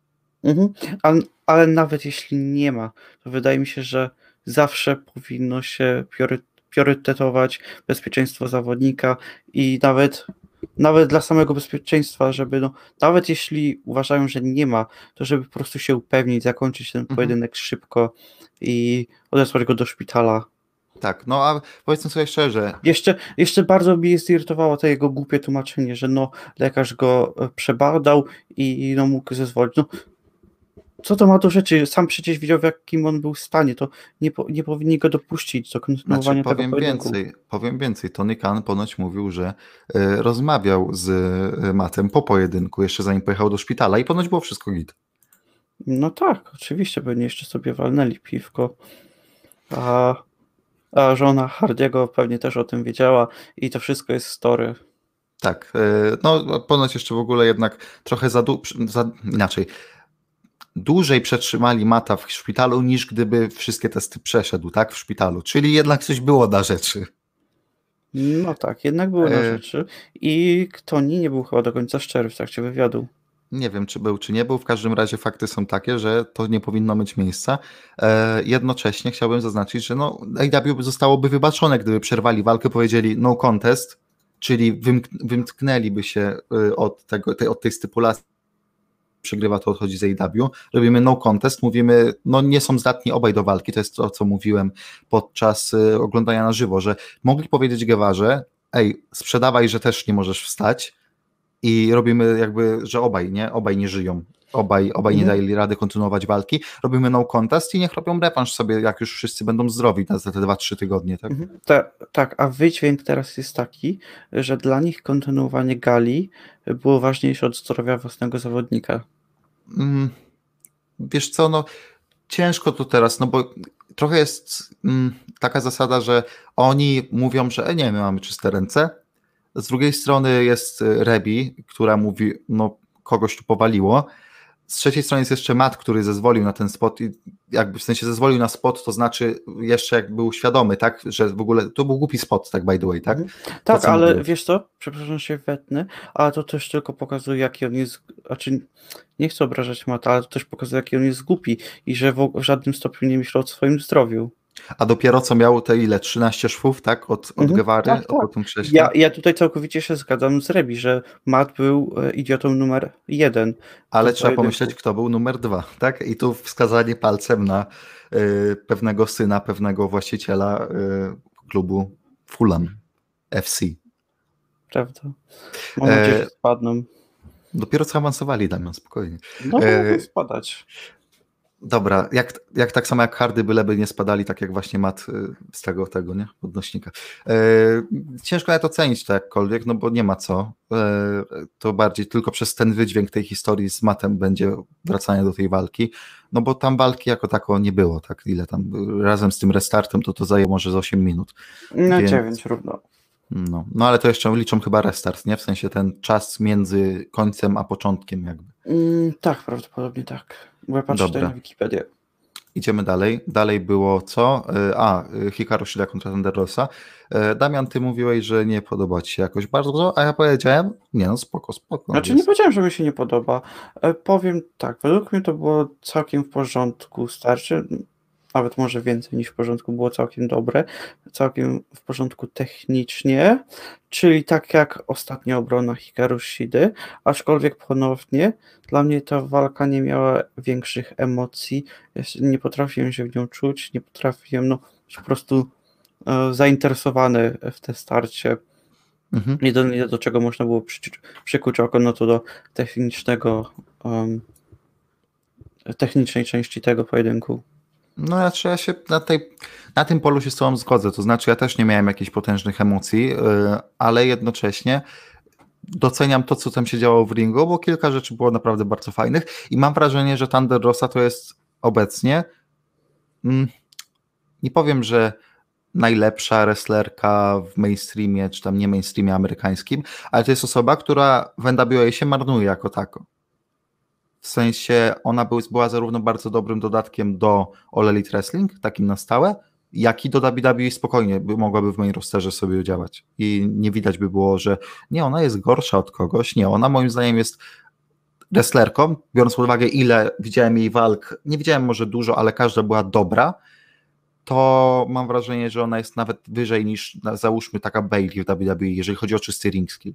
Ale nawet jeśli nie ma, to wydaje mi się, że zawsze powinno się priorytetować bezpieczeństwo zawodnika i nawet dla samego bezpieczeństwa, żeby nawet jeśli uważają, że nie ma, to żeby po prostu się upewnić, zakończyć ten pojedynek szybko i odesłać go do szpitala. Tak, no a powiedzmy sobie szczerze. Jeszcze bardzo mnie zirytowało to jego głupie tłumaczenie, że lekarz go przebadał i mógł zezwolić. Co to ma do rzeczy? Sam przecież widział, w jakim on był stanie. To nie powinni go dopuścić do kontynuowania tego pojedynku. Powiem więcej. Tony Khan ponoć mówił, że rozmawiał z Mattem po pojedynku, jeszcze zanim pojechał do szpitala i ponoć było wszystko git. No tak, oczywiście, pewnie jeszcze sobie walnęli piwko. A żona Hardiego pewnie też o tym wiedziała i to wszystko jest story. Tak, no ponoć jeszcze w ogóle jednak trochę inaczej. Dłużej przetrzymali Matta w szpitalu, niż gdyby wszystkie testy przeszedł, tak, w szpitalu. Czyli jednak coś było na rzeczy. No tak, jednak było na rzeczy. I Tony nie był chyba do końca szczery w trakcie wywiadu. Nie wiem, czy był, czy nie był. W każdym razie fakty są takie, że to nie powinno mieć miejsca. Jednocześnie chciałbym zaznaczyć, że AEW zostałoby wybaczone, gdyby przerwali walkę, powiedzieli no contest, czyli wymknęliby się od tej stypulacji. Przegrywa, to odchodzi z AEW, robimy no contest, mówimy, nie są zdatni obaj do walki, to jest to, co mówiłem podczas oglądania na żywo, że mogli powiedzieć Guevarze, sprzedawaj, że też nie możesz wstać i robimy jakby, że obaj nie żyją, obaj nie dali rady kontynuować walki, robimy no contest i niech robią rewanż sobie, jak już wszyscy będą zdrowi za te 2-3 tygodnie, tak? Tak, a wydźwięk teraz jest taki, że dla nich kontynuowanie gali było ważniejsze od zdrowia własnego zawodnika. Wiesz co, ciężko to teraz, bo trochę jest taka zasada, że oni mówią, że nie, my mamy czyste ręce. Z drugiej strony jest Rebi, która mówi, kogoś tu powaliło. Z trzeciej strony jest jeszcze Matt, który zezwolił na ten spot i jakby w sensie zezwolił na spot, to znaczy jeszcze jak był świadomy, tak, że w ogóle to był głupi spot, tak by the way, tak? Tak, ale mówiłem. Wiesz co, przepraszam się wetnę, ale to też tylko pokazuje, jaki on jest, znaczy nie chcę obrażać Matta, ale to też pokazuje, jaki on jest głupi i że w żadnym stopniu nie myślał o swoim zdrowiu. A dopiero co miał te 13 szwów, tak? Od Guevary, tak. po tym krześle. Ja tutaj całkowicie się zgadzam z Rebi, że Matt był idiotą numer 1. Ale trzeba pomyśleć, kto był numer 2, tak? I tu wskazanie palcem na pewnego syna, pewnego właściciela klubu Fulham FC. Prawda. Mam nadzieję, że spadną. Dopiero co awansowali, Damian, spokojnie. Mogą spadać. Dobra, jak tak samo jak Hardy, byleby nie spadali, tak jak właśnie Matt z tego, nie? Podnośnika. Ciężko nawet ocenić to jakkolwiek, bo nie ma co. To bardziej tylko przez ten wydźwięk tej historii z Mattem będzie wracanie do tej walki, bo tam walki jako tako nie było, tak? Ile tam razem z tym restartem to zajęło może z 8 minut. 9 równo. No ale to jeszcze liczą chyba restart, nie? W sensie ten czas między końcem a początkiem jakby. Tak, prawdopodobnie tak. Bo ja patrzę tutaj na Wikipedię. Idziemy dalej. Dalej było co? Hikaru Shida kontra Thunder Rosa. Damian, ty mówiłeś, że nie podoba ci się jakoś bardzo, a ja powiedziałem, spoko. Znaczy nie powiedziałem, że mi się nie podoba. Powiem tak, według mnie to było całkiem w porządku, starczy. nawet może więcej niż w porządku, było całkiem dobre, całkiem w porządku technicznie, czyli tak jak ostatnia obrona Hikaru Shidy, aczkolwiek ponownie dla mnie ta walka nie miała większych emocji, ja nie potrafiłem się w nią czuć, nie potrafiłem być po prostu zainteresowany w te starcie. Jedyne do czego można było przykuć oko, to do technicznej części tego pojedynku. No znaczy ja się na tym polu się z tobą zgodzę, to znaczy ja też nie miałem jakichś potężnych emocji, ale jednocześnie doceniam to, co tam się działo w ringu, bo kilka rzeczy było naprawdę bardzo fajnych i mam wrażenie, że Thunder Rosa to jest obecnie, nie powiem, że najlepsza wrestlerka w mainstreamie, czy tam nie mainstreamie amerykańskim, ale to jest osoba, która w NWA się marnuje jako tako. W sensie ona była zarówno bardzo dobrym dodatkiem do All Elite Wrestling, takim na stałe, jak i do WWE spokojnie mogłaby w main rosterze sobie działać. I nie widać by było, że nie, ona jest gorsza od kogoś. Nie, ona moim zdaniem jest wrestlerką, biorąc pod uwagę ile widziałem jej walk, nie widziałem może dużo, ale każda była dobra, to mam wrażenie, że ona jest nawet wyżej niż załóżmy taka Bayley w WWE, jeżeli chodzi o czysty ring skill.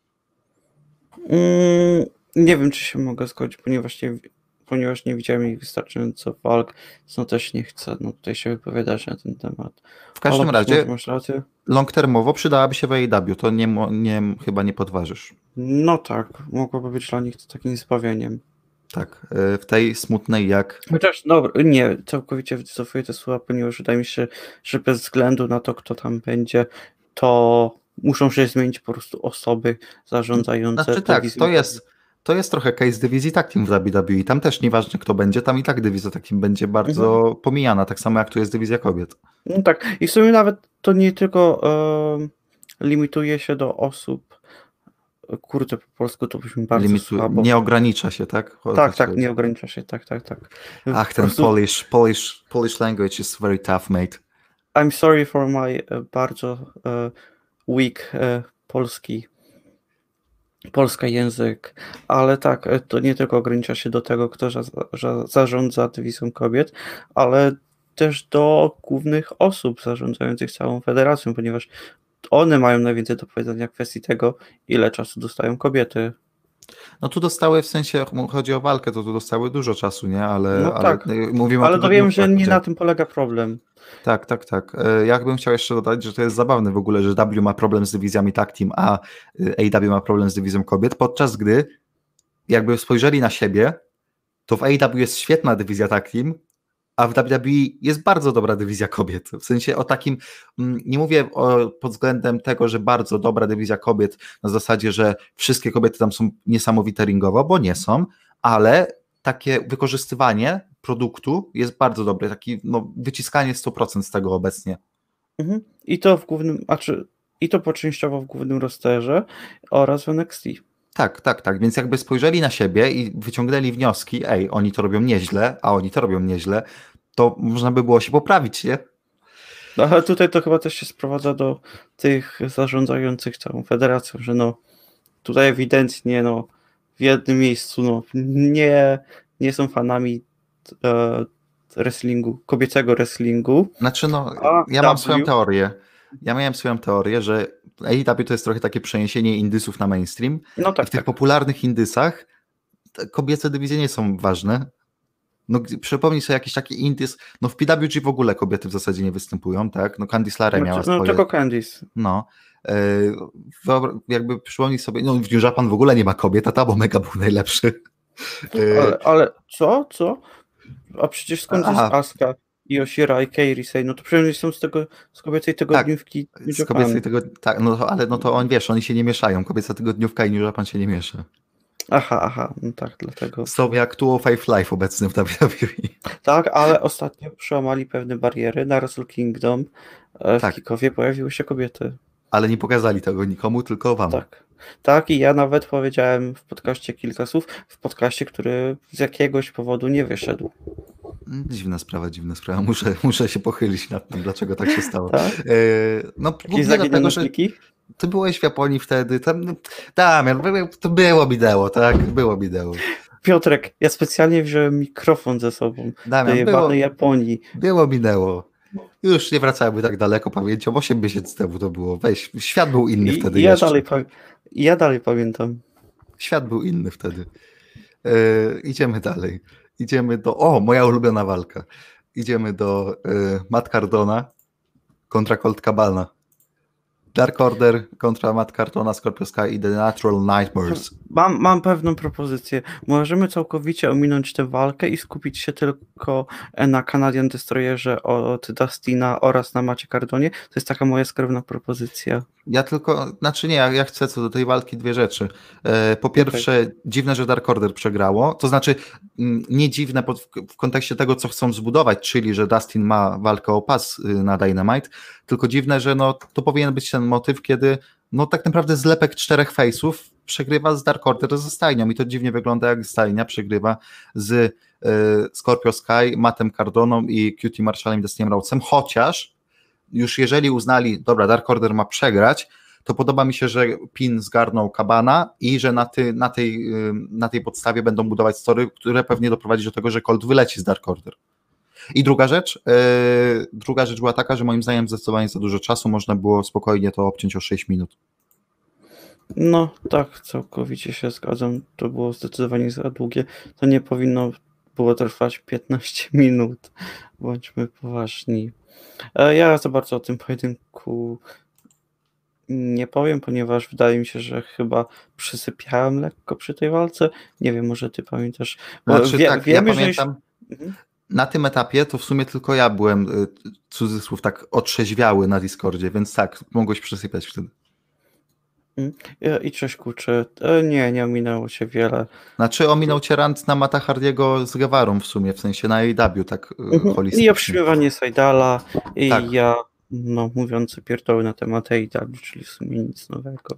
Nie wiem, czy się mogę zgodzić, ponieważ nie widziałem jej wystarczająco walk, też nie chcę tutaj się wypowiadać na ten temat. W każdym razie long-termowo przydałaby się w AEW, to chyba nie podważysz. No tak, mogłoby być dla nich takim zbawieniem. Tak, w tej smutnej jak... Chociaż dobra, nie, całkowicie wycofuję te słowa, ponieważ wydaje mi się, że bez względu na to, kto tam będzie, to muszą się zmienić po prostu osoby zarządzające. Znaczy tak, to jest trochę case dywizji tag team w WWE. Tam też nieważne kto będzie, tam i tak dywizja tag team będzie bardzo pomijana, tak samo jak tu jest dywizja kobiet. No tak, i w sumie nawet to nie tylko limituje się do osób, kurde, po polsku to byśmy bardzo słabo. Nie ogranicza się, tak? Tak, nie ogranicza się, tak. Ach, ten Polish language is very tough, mate. I'm sorry for my bardzo weak polski język, ale tak, to nie tylko ogranicza się do tego, kto zarządza dywizją kobiet, ale też do głównych osób zarządzających całą federacją, ponieważ one mają najwięcej do powiedzenia w kwestii tego, ile czasu dostają kobiety. No tu dostały, w sensie chodzi o walkę, to tu dostały dużo czasu, nie? Ale mówimy ale to wiem, że nie na tym polega problem. Tak. Ja bym chciał jeszcze dodać, że to jest zabawne w ogóle, że W ma problem z dywizjami tag team, a AEW ma problem z dywizją kobiet, podczas gdy jakby spojrzeli na siebie, to w AEW jest świetna dywizja tag team, a w WWE jest bardzo dobra dywizja kobiet. W sensie o takim, nie mówię pod względem tego, że bardzo dobra dywizja kobiet na zasadzie, że wszystkie kobiety tam są niesamowite ringowo, bo nie są, ale takie wykorzystywanie produktu jest bardzo dobre, takie wyciskanie 100% z tego obecnie. I to częściowo w głównym rosterze oraz w NXT. Tak. Więc jakby spojrzeli na siebie i wyciągnęli wnioski, oni to robią nieźle, a oni to robią nieźle, to można by było się poprawić, nie? Ale tutaj to chyba też się sprowadza do tych zarządzających całą federacją, że tutaj ewidentnie w jednym miejscu nie są fanami wrestlingu, kobiecego wrestlingu. Znaczy ja mam swoją teorię. Ja miałem swoją teorię, że AEW to jest trochę takie przeniesienie indysów na mainstream. I w tych popularnych indysach kobiece dywizje nie są ważne. Przypomnij sobie jakiś taki indys, w PWG w ogóle kobiety w zasadzie nie występują, tak? Candice LeRae miała swoje. Tylko Candice. Jakby przypomnij sobie, w New Japan w ogóle nie ma kobiet, a Tabo Mega był najlepszy. Ale co? A przecież skąd jest Asuka i Oshira i Kairi Sane? To przecież są z kobiecej tygodniówki New Japan. Z kobiecej tak, ale to oni się nie mieszają. Kobieca tygodniówka i New Japan się nie miesza. Aha, tak, dlatego. Są jak 205 Live obecny w WWE. Tak, ale ostatnio przełamali pewne bariery. Na Wrestle Kingdom w Kickowie pojawiły się kobiety. Ale nie pokazali tego nikomu, tylko wam. Tak, i ja nawet powiedziałem w podcaście kilka słów, w podcaście, który z jakiegoś powodu nie wyszedł. Dziwna sprawa. Muszę się pochylić nad tym, dlaczego tak się stało. Tak? Jakieś dlatego, że ty byłeś w Japonii wtedy, Damian, to było wideo, tak? Było wideo. Piotrek, ja specjalnie wziąłem mikrofon ze sobą do jebanej Japonii. Minęło. Już nie wracajmy tak daleko pamięcią. 8 miesięcy temu to było. Weź, świat był inny wtedy Ja dalej pamiętam. Świat był inny wtedy. Idziemy dalej. Idziemy do... moja ulubiona walka. Idziemy do Matt Cardona kontra Colt Cabana. Dark Order kontra Matt Cardona, Scorpio Sky i The Natural Nightmares. Mam pewną propozycję. Możemy całkowicie ominąć tę walkę i skupić się tylko na Canadian Destroyerze od Dustina oraz na Matcie Cardonie. To jest taka moja skromna propozycja. Ja chcę co do tej walki dwie rzeczy. Po pierwsze, dziwne, że Dark Order przegrało. To znaczy, nie dziwne w kontekście tego, co chcą zbudować, czyli, że Dustin ma walkę o pas na Dynamite, tylko dziwne, że to powinien być ten motyw, kiedy tak naprawdę zlepek 4 face'ów przegrywa z Dark Order ze stajnią i to dziwnie wygląda, jak stajnia przegrywa z Scorpio Sky, Mattem Cardoną i QT Marshallem i Dustinem Rhodesem, chociaż już jeżeli uznali, dobra, Dark Order ma przegrać, to podoba mi się, że pin zgarnął Cabana i że na tej podstawie będą budować story, które pewnie doprowadzi do tego, że Colt wyleci z Dark Order. I druga rzecz była taka, że moim zdaniem zdecydowanie za dużo czasu, można było spokojnie to obciąć o 6 minut. No tak, całkowicie się zgadzam, to było zdecydowanie za długie, to nie powinno było trwać 15 minut, bądźmy poważni. Ja za bardzo o tym pojedynku nie powiem, ponieważ wydaje mi się, że chyba przysypiałem lekko przy tej walce. Nie wiem, może ty pamiętasz. Ja pamiętam. Na tym etapie to w sumie tylko ja byłem, cudzysłów, tak otrzeźwiały na Discordzie, więc tak, mogłeś przysypiać wtedy. I cześć kurczę, nie ominęło cię wiele. Znaczy ominął cię rant na Matta Hardiego z Guevarą w sumie, w sensie na AEW, tak holistycznie. I obśmiewanie Seidala i tak. Ja mówiący pierdoły na temat AEW, czyli w sumie nic nowego.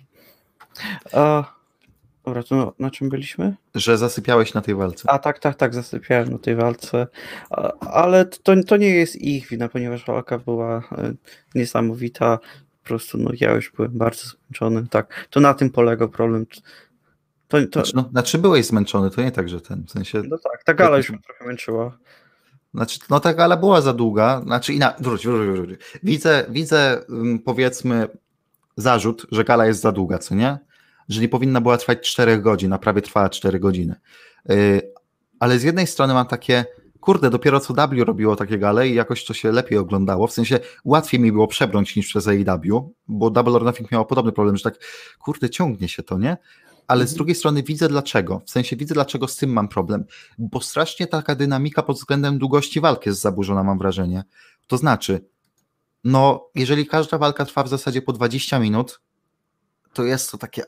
Dobra, to na czym byliśmy? Że zasypiałeś na tej walce. Tak, zasypiałem na tej walce, ale to nie jest ich wina, ponieważ walka była niesamowita. Po prostu ja już byłem bardzo zmęczony. Tak, to na tym polega problem. Znaczy byłeś zmęczony, to nie tak, że w sensie... No tak, ta gala już mnie trochę męczyła. Znaczy, ta gala była za długa, wróć. Widzę, powiedzmy, zarzut, że gala jest za długa, co nie? Że nie powinna była trwać 4 godzin, a prawie trwała 4 godziny. Ale z jednej strony mam takie, kurde, dopiero co W robiło takie gale i jakoś to się lepiej oglądało, w sensie łatwiej mi było przebrnąć niż przez AEW, bo Double or Nothing miało podobny problem, że tak, kurde, ciągnie się to, nie? Ale z drugiej strony widzę dlaczego, dlaczego z tym mam problem, bo strasznie taka dynamika pod względem długości walki jest zaburzona, mam wrażenie. To znaczy, jeżeli każda walka trwa w zasadzie po 20 minut, to jest to takie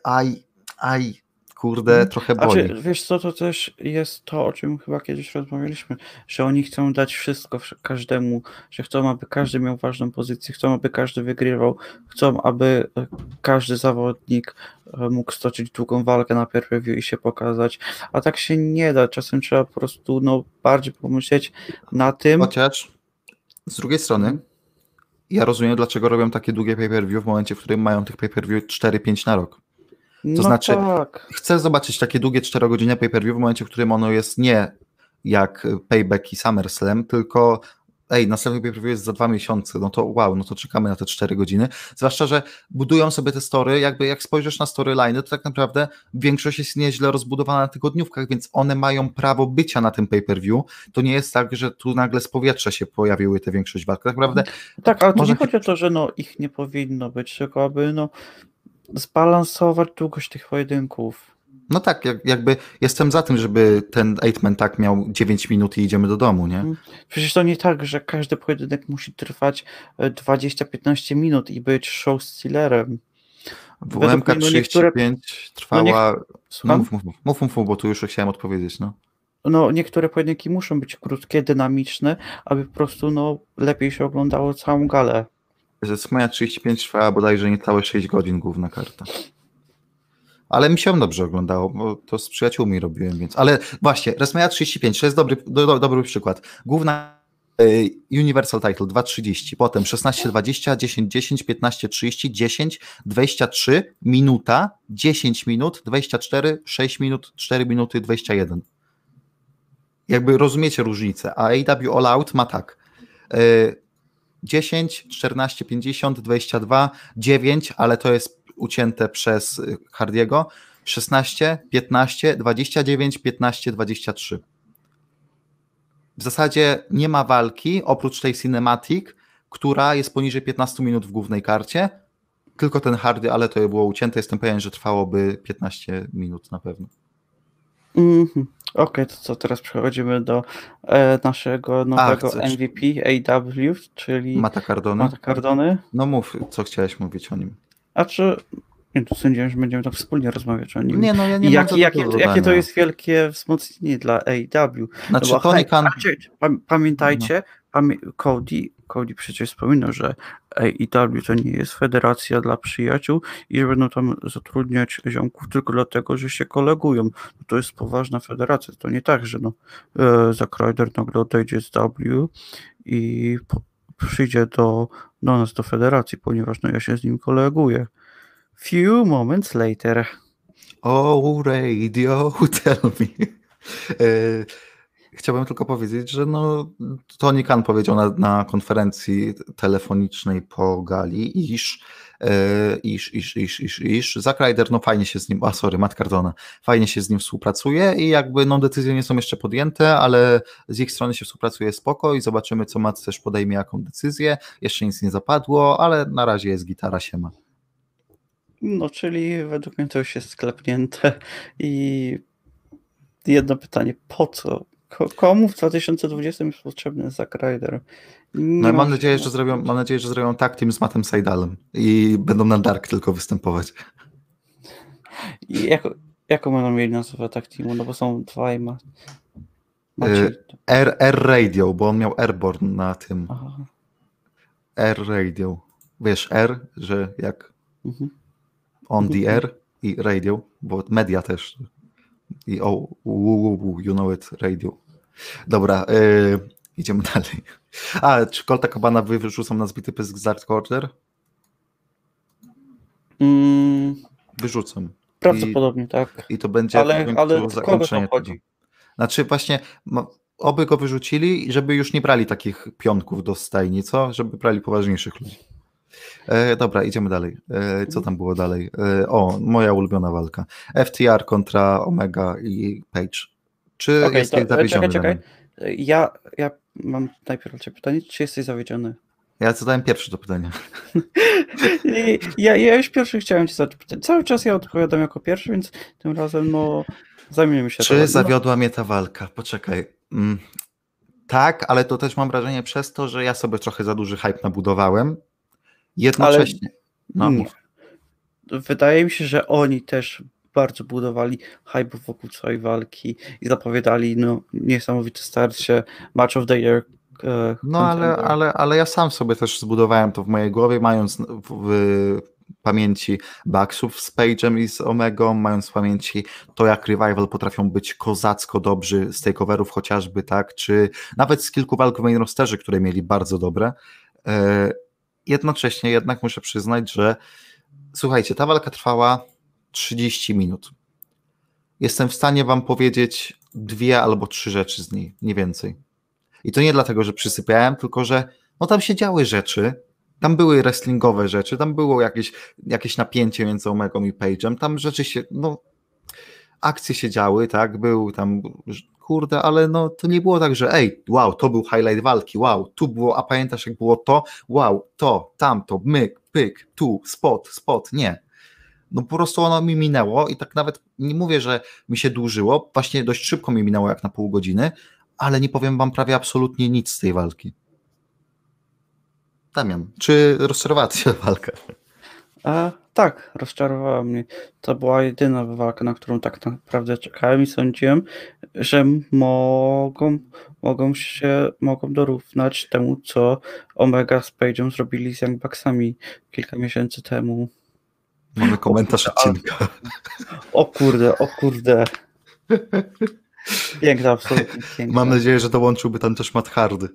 kurde, trochę boli. Wiesz co, to też jest to, o czym chyba kiedyś rozmawialiśmy, że oni chcą dać wszystko każdemu, że chcą, aby każdy miał ważną pozycję, chcą, aby każdy wygrywał, chcą, aby każdy zawodnik mógł stoczyć długą walkę na pay-per-view i się pokazać, a tak się nie da, czasem trzeba po prostu bardziej pomyśleć na tym. Chociaż z drugiej strony ja rozumiem, dlaczego robią takie długie pay-per-view w momencie, w którym mają tych pay-per-view 4-5 na rok. To znaczy, chcę zobaczyć takie długie 4-godzinne pay-per-view w momencie, w którym ono jest nie jak Payback i SummerSlam, tylko następny pay-per-view jest za 2 miesiące, to czekamy na te 4 godziny. Zwłaszcza, że budują sobie te story, jak spojrzysz na storyline, to tak naprawdę większość jest nieźle rozbudowana na tygodniówkach, więc one mają prawo bycia na tym pay-per-view. To nie jest tak, że tu nagle z powietrza się pojawiły te większość walk. Tak naprawdę. Tak, ale to nie chodzi o to, że ich nie powinno być, tylko aby zbalansować długość tych pojedynków. No tak, jakby jestem za tym, żeby ten 8-man tag miał 9 minut i idziemy do domu, nie? Przecież to nie tak, że każdy pojedynek musi trwać 20-15 minut i być show stealerem. WMK 35 trwała... Mów, bo tu już chciałem odpowiedzieć, niektóre pojedynki muszą być krótkie, dynamiczne, aby po prostu lepiej się oglądało całą galę. WrestleMania 35 trwała bodajże niecałe 6 godzin główna karta. Ale mi się dobrze oglądało, bo to z przyjaciółmi robiłem, więc... Ale właśnie, WrestleMania 35 to jest dobry przykład. Główna Universal Title 2:30, potem 16:20, 10:10, 15:30, 10, 23, minuta, 10 minut, 24, 6 minut, 4 minuty, 21. jakby rozumiecie różnicę, a AEW All Out ma tak 10, 14, 50, 22, 9, ale to jest ucięte przez Hardiego, 16, 15, 29, 15, 23. W zasadzie nie ma walki, oprócz tej cinematic, która jest poniżej 15 minut w głównej karcie, tylko ten Hardy, ale to było ucięte, jestem pewien, że trwałoby 15 minut na pewno. Okej, to co, teraz przechodzimy do naszego nowego MVP AEW, czyli Matta Cardony. No mów, co chciałeś mówić o nim. A czy... Nie, to sądziłem, że będziemy tak wspólnie rozmawiać o nim. Nie, no ja nie mam jakie to jest wielkie wzmocnienie dla AEW. Znaczy, no Tony Khan... Pamiętajcie, Cody przecież wspominał, że AEW to nie jest federacja dla przyjaciół i że będą tam zatrudniać ziomków tylko dlatego, że się kolegują. To jest poważna federacja. To nie tak, że Zack Ryder nagle odejdzie z W i przyjdzie do nas do federacji, ponieważ ja się z nim koleguję. Few moments later. Oh, radio, tell me. Chciałbym tylko powiedzieć, że Tony Khan powiedział na konferencji telefonicznej po gali, iż Zack Ryder, fajnie się z nim, Matt Cardona, fajnie się z nim współpracuje i jakby decyzje nie są jeszcze podjęte, ale z ich strony się współpracuje spoko i zobaczymy, co Matt też podejmie, jaką decyzję. Jeszcze nic nie zapadło, ale na razie jest gitara, siema. Czyli według mnie to już jest sklepnięte i jedno pytanie, po co? Komu w 2020 jest potrzebny Zack Ryder? Mam nadzieję, że zrobią tag team z Mattem Seidalem i będą na Dark tylko występować. I jaką będą mieli nazwę tag teamu? Bo są dwaj R Radio, bo on miał Airborne na tym. Aha. R Radio. Wiesz, R, że jak on the air i radio, bo media też. I you know it, radio. Dobra, idziemy dalej. Czy Colta Cabana wyrzucą na zbity pysk z Dark Order? Wyrzucą. Prawdopodobnie tak. I to będzie ale zakończenie tego. Znaczy właśnie oby go wyrzucili, żeby już nie brali takich pionków do stajni, co? Żeby brali poważniejszych ludzi. Dobra, idziemy dalej. Co tam było dalej? Moja ulubiona walka. FTR kontra Omega i Page. Czy jesteś zawiedziony? Czekaj. Ja mam najpierw do ciebie pytanie, czy jesteś zawiedziony? Ja zadałem pierwsze to pytanie. Ja już pierwszy chciałem ci zadać pytanie. Cały czas ja odpowiadam jako pierwszy, więc tym razem zamienimy się. Czy zawiodła mnie ta walka? Poczekaj. Tak, ale to też mam wrażenie przez to, że ja sobie trochę za duży hype nabudowałem. Jednocześnie. Wydaje mi się, że oni też bardzo budowali hype wokół swojej walki i zapowiadali niesamowite starcie, match of the year. Ale ja sam sobie też zbudowałem to w mojej głowie, mając w pamięci Bucksów z Page'em i z Omegą, mając w pamięci to, jak Revival potrafią być kozacko dobrzy z takeoverów chociażby, tak, czy nawet z kilku walk w main rosterze, które mieli bardzo dobre. Jednocześnie jednak muszę przyznać, że słuchajcie, ta walka trwała 30 minut. Jestem w stanie wam powiedzieć 2 albo 3 rzeczy z niej, nie więcej. I to nie dlatego, że przysypiałem, tylko że tam się działy rzeczy, tam były wrestlingowe rzeczy, tam było jakieś napięcie między Omegą i Page'em, tam rzeczy się, akcje się działy, tak, był tam, kurde, ale to nie było tak, że wow, to był highlight walki, wow, tu było, a pamiętasz jak było to, wow, to, tamto, myk, pyk, tu, spot, nie. Po prostu ono mi minęło i tak nawet nie mówię, że mi się dłużyło, właśnie dość szybko mi minęło jak na pół godziny, ale nie powiem wam prawie absolutnie nic z tej walki. Damian, czy rozczarowała cię walka? Tak, rozczarowała mnie. To była jedyna walka, na którą tak naprawdę czekałem i sądziłem, że mogą dorównać temu, co Omega z Page'em zrobili z Young Bucksami kilka miesięcy temu. Mamy komentarz odcinka. O kurde. Piękna, absolutnie piękna. Mam nadzieję, że dołączyłby tam też Matt Hardy.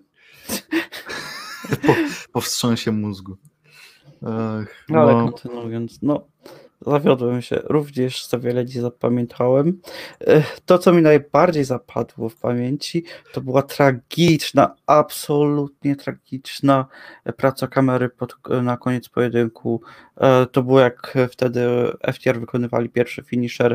Po wstrząsie mózgu. Ale kontynuując, zawiodłem się, również za wiele nie zapamiętałem. To, co mi najbardziej zapadło w pamięci, to była tragiczna, absolutnie tragiczna praca kamery na koniec pojedynku. To było jak wtedy FTR wykonywali pierwszy finisher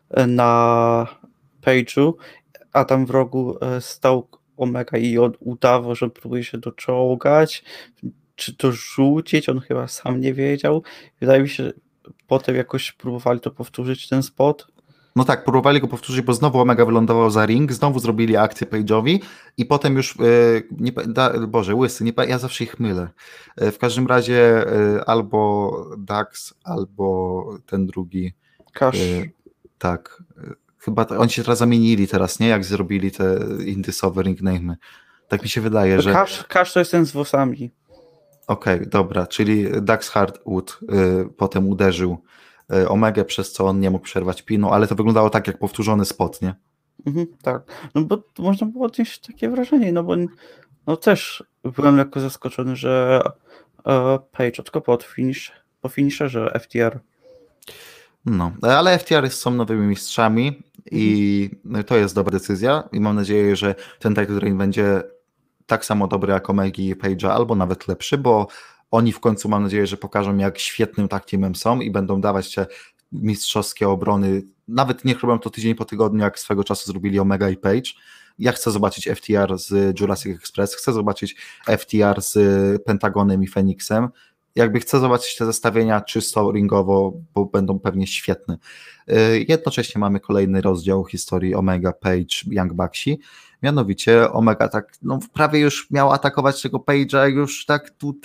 na Page'u, a tam w rogu stał Omega i on udawał, że próbuje się doczołgać, czy to rzucić, on chyba sam nie wiedział. Wydaje mi się, że potem jakoś próbowali to powtórzyć, ten spot. No tak, próbowali go powtórzyć, bo znowu Omega wylądował za ring, znowu zrobili akcję Page'owi i potem już, Boże, łysy, ja zawsze ich mylę. W każdym razie albo Dax, albo ten drugi. Cash. Tak, chyba oni się teraz zamienili teraz, nie? Jak zrobili te indysowe ring name'y. Tak mi się wydaje, że... Cash to jest ten z włosami. Okej, dobra, czyli Dax Hardwood potem uderzył Omegę, przez co on nie mógł przerwać pinu, ale to wyglądało tak jak powtórzony spot, nie? Tak, no bo można było odnieść takie wrażenie, no bo no też byłem lekko zaskoczony, że Page odkopał po finisherze FTR. No, ale FTR są nowymi mistrzami i to jest dobra decyzja i mam nadzieję, że ten title reign będzie tak samo dobry jak Omegi i Page'a, albo nawet lepszy, bo oni w końcu mam nadzieję, że pokażą, jak świetnym tag teamem są i będą dawać te mistrzowskie obrony, nawet niech robią to tydzień po tygodniu, jak swego czasu zrobili Omega i Page. Ja chcę zobaczyć FTR z Jurassic Express, chcę zobaczyć FTR z Pentagonem i Feniksem, jakby chcę zobaczyć te zestawienia czysto ringowo, bo będą pewnie świetne. Jednocześnie mamy kolejny rozdział historii Omega, Page, Young Bucksi. Mianowicie Omega tak, no prawie już miał atakować tego Page'a, już tak tu.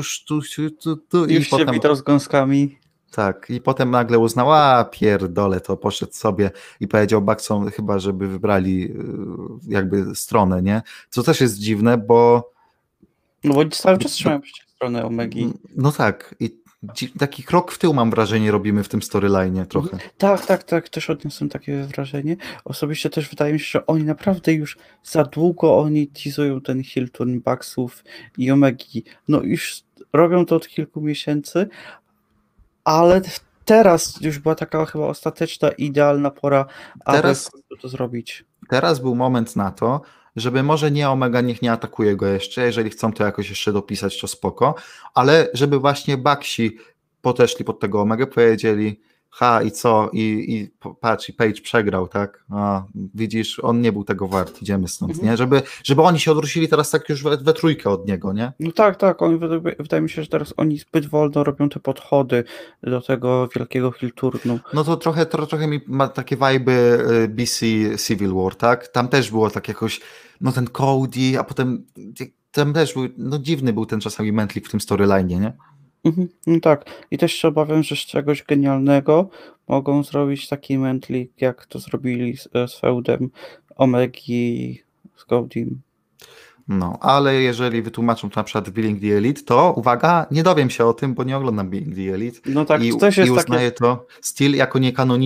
Już się witał z gąskami. Tak, i potem nagle uznał, a pierdolę, to poszedł sobie i powiedział Bucksom chyba, żeby wybrali jakby stronę, nie? Co też jest dziwne, bo... No bo cały czas trzymają przecież stronę Omegi. No tak, i taki krok w tył mam wrażenie robimy w tym storyline'ie trochę. Tak, też odniosłem takie wrażenie. Osobiście też wydaje mi się, że oni naprawdę już za długo oni teasują ten heel turn Bucksów i Omegi. No już robią to od kilku miesięcy, ale teraz już była taka chyba ostateczna, idealna pora, aby to zrobić. Teraz był moment na to, żeby może nie Omega, niech nie atakuje go jeszcze, jeżeli chcą to jakoś jeszcze dopisać, to spoko, ale żeby właśnie Bucksi podeszli pod tego Omegę, powiedzieli i co, i patrz, i Page przegrał, tak? A, widzisz, on nie był tego wart, idziemy stąd, nie? Żeby oni się odwrócili teraz tak już we trójkę od niego, nie? No tak, oni, wydaje mi się, że teraz oni zbyt wolno robią te podchody do tego wielkiego heel turnu. No to trochę mi ma takie vibe'y BC Civil War, tak? Tam też było tak jakoś, no ten Cody, a potem tam też był, no dziwny był ten czasami mętlik w tym storyline'ie, nie? No tak, i też się obawiam, że z czegoś genialnego mogą zrobić taki mętlik, jak to zrobili z feudem Omegi z Codym. No, ale jeżeli wytłumaczą to na przykład w Being the Elite, to uwaga, nie dowiem się o tym, bo nie oglądam Being the Elite. No tak, i uznaję to styl jako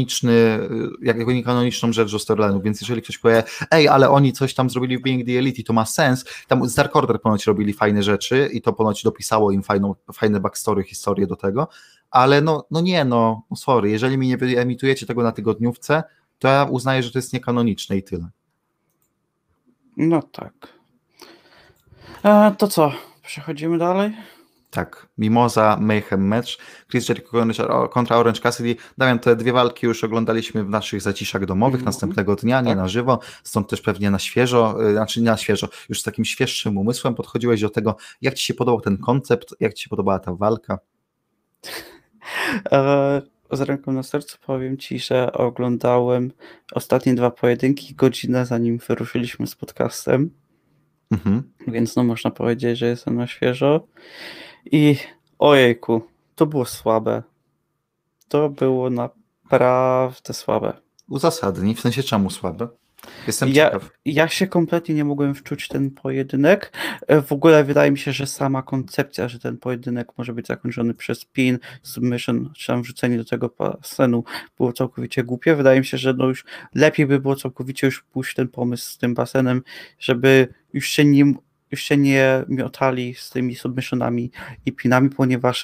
niekanoniczną rzecz do storyline'u, więc jeżeli ktoś powie, ale oni coś tam zrobili w Being the Elite i to ma sens, tam z Dark Order ponoć robili fajne rzeczy i to ponoć dopisało im fajne backstory, historię do tego, ale sorry, jeżeli mi nie wyemitujecie tego na tygodniówce, to ja uznaję, że to jest niekanoniczne i tyle. No tak. To co? Przechodzimy dalej? Tak, Mimosa Mayhem Match, Chris Jericho kontra Orange Cassidy. Damian, te dwie walki już oglądaliśmy w naszych zaciszach domowych następnego dnia, nie na żywo, stąd też pewnie na świeżo, znaczy nie na świeżo, już z takim świeższym umysłem podchodziłeś do tego, jak ci się podobał ten koncept, jak ci się podobała ta walka? Z ręką na sercu powiem ci, że oglądałem ostatnie 2 pojedynki godzinę zanim wyruszyliśmy z podcastem. Więc no można powiedzieć, że jestem na świeżo i ojejku, to było słabe. To było naprawdę słabe. Uzasadnij, w sensie czemu słabe? Jestem ciekaw. Ja się kompletnie nie mogłem wczuć w ten pojedynek. W ogóle wydaje mi się, że sama koncepcja, że ten pojedynek może być zakończony przez pin, submission, czy tam wrzucenie do tego basenu było całkowicie głupie. Wydaje mi się, że no już lepiej by było całkowicie już pójść ten pomysł z tym basenem, żeby już się nie miotali z tymi submissionami i pinami, ponieważ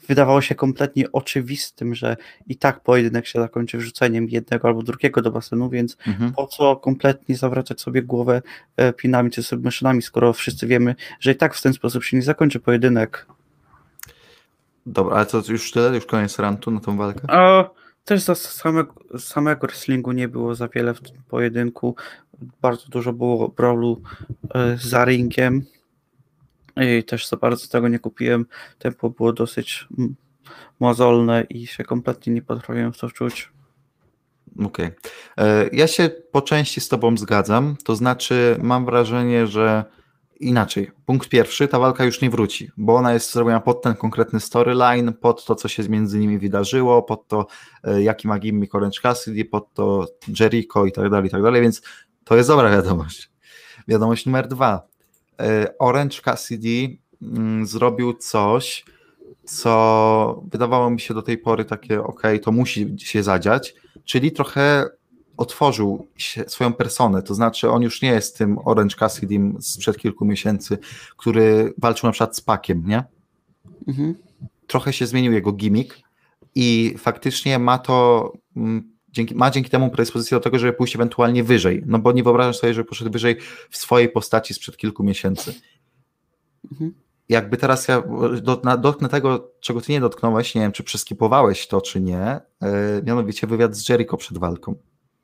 wydawało się kompletnie oczywistym, że i tak pojedynek się zakończy wrzuceniem jednego albo drugiego do basenu, więc po co kompletnie zawracać sobie głowę pinami czy submissionami, skoro wszyscy wiemy, że i tak w ten sposób się nie zakończy pojedynek. Dobra, ale to już tyle? Już koniec rantu na tą walkę? Też samego wrestlingu nie było za wiele w tym pojedynku. Bardzo dużo było brawlu za ringiem i też za bardzo tego nie kupiłem. Tempo było dosyć mozolne i się kompletnie nie potrafiłem w to wczuć. Okej. Ja się po części z tobą zgadzam, to znaczy mam wrażenie, że inaczej. Punkt pierwszy, ta walka już nie wróci, bo ona jest zrobiona pod ten konkretny storyline, pod to, co się między nimi wydarzyło, pod to, jaki ma gimmick Orange Cassidy, pod to Jericho i tak dalej, więc to jest dobra wiadomość. Wiadomość numer 2. Orange Cassidy zrobił coś, co wydawało mi się do tej pory takie, to musi się zadziać, czyli trochę otworzył swoją personę, to znaczy on już nie jest tym Orange Cassidy sprzed kilku miesięcy, który walczył na przykład z Packiem, nie? Trochę się zmienił jego gimmick i faktycznie ma dzięki temu predyspozycję do tego, żeby pójść ewentualnie wyżej, no bo nie wyobrażam sobie, że poszedł wyżej w swojej postaci sprzed kilku miesięcy. Jakby teraz ja dotknę tego, czego ty nie dotknąłeś, nie wiem, czy przeskipowałeś to, czy nie, mianowicie wywiad z Jericho przed walką.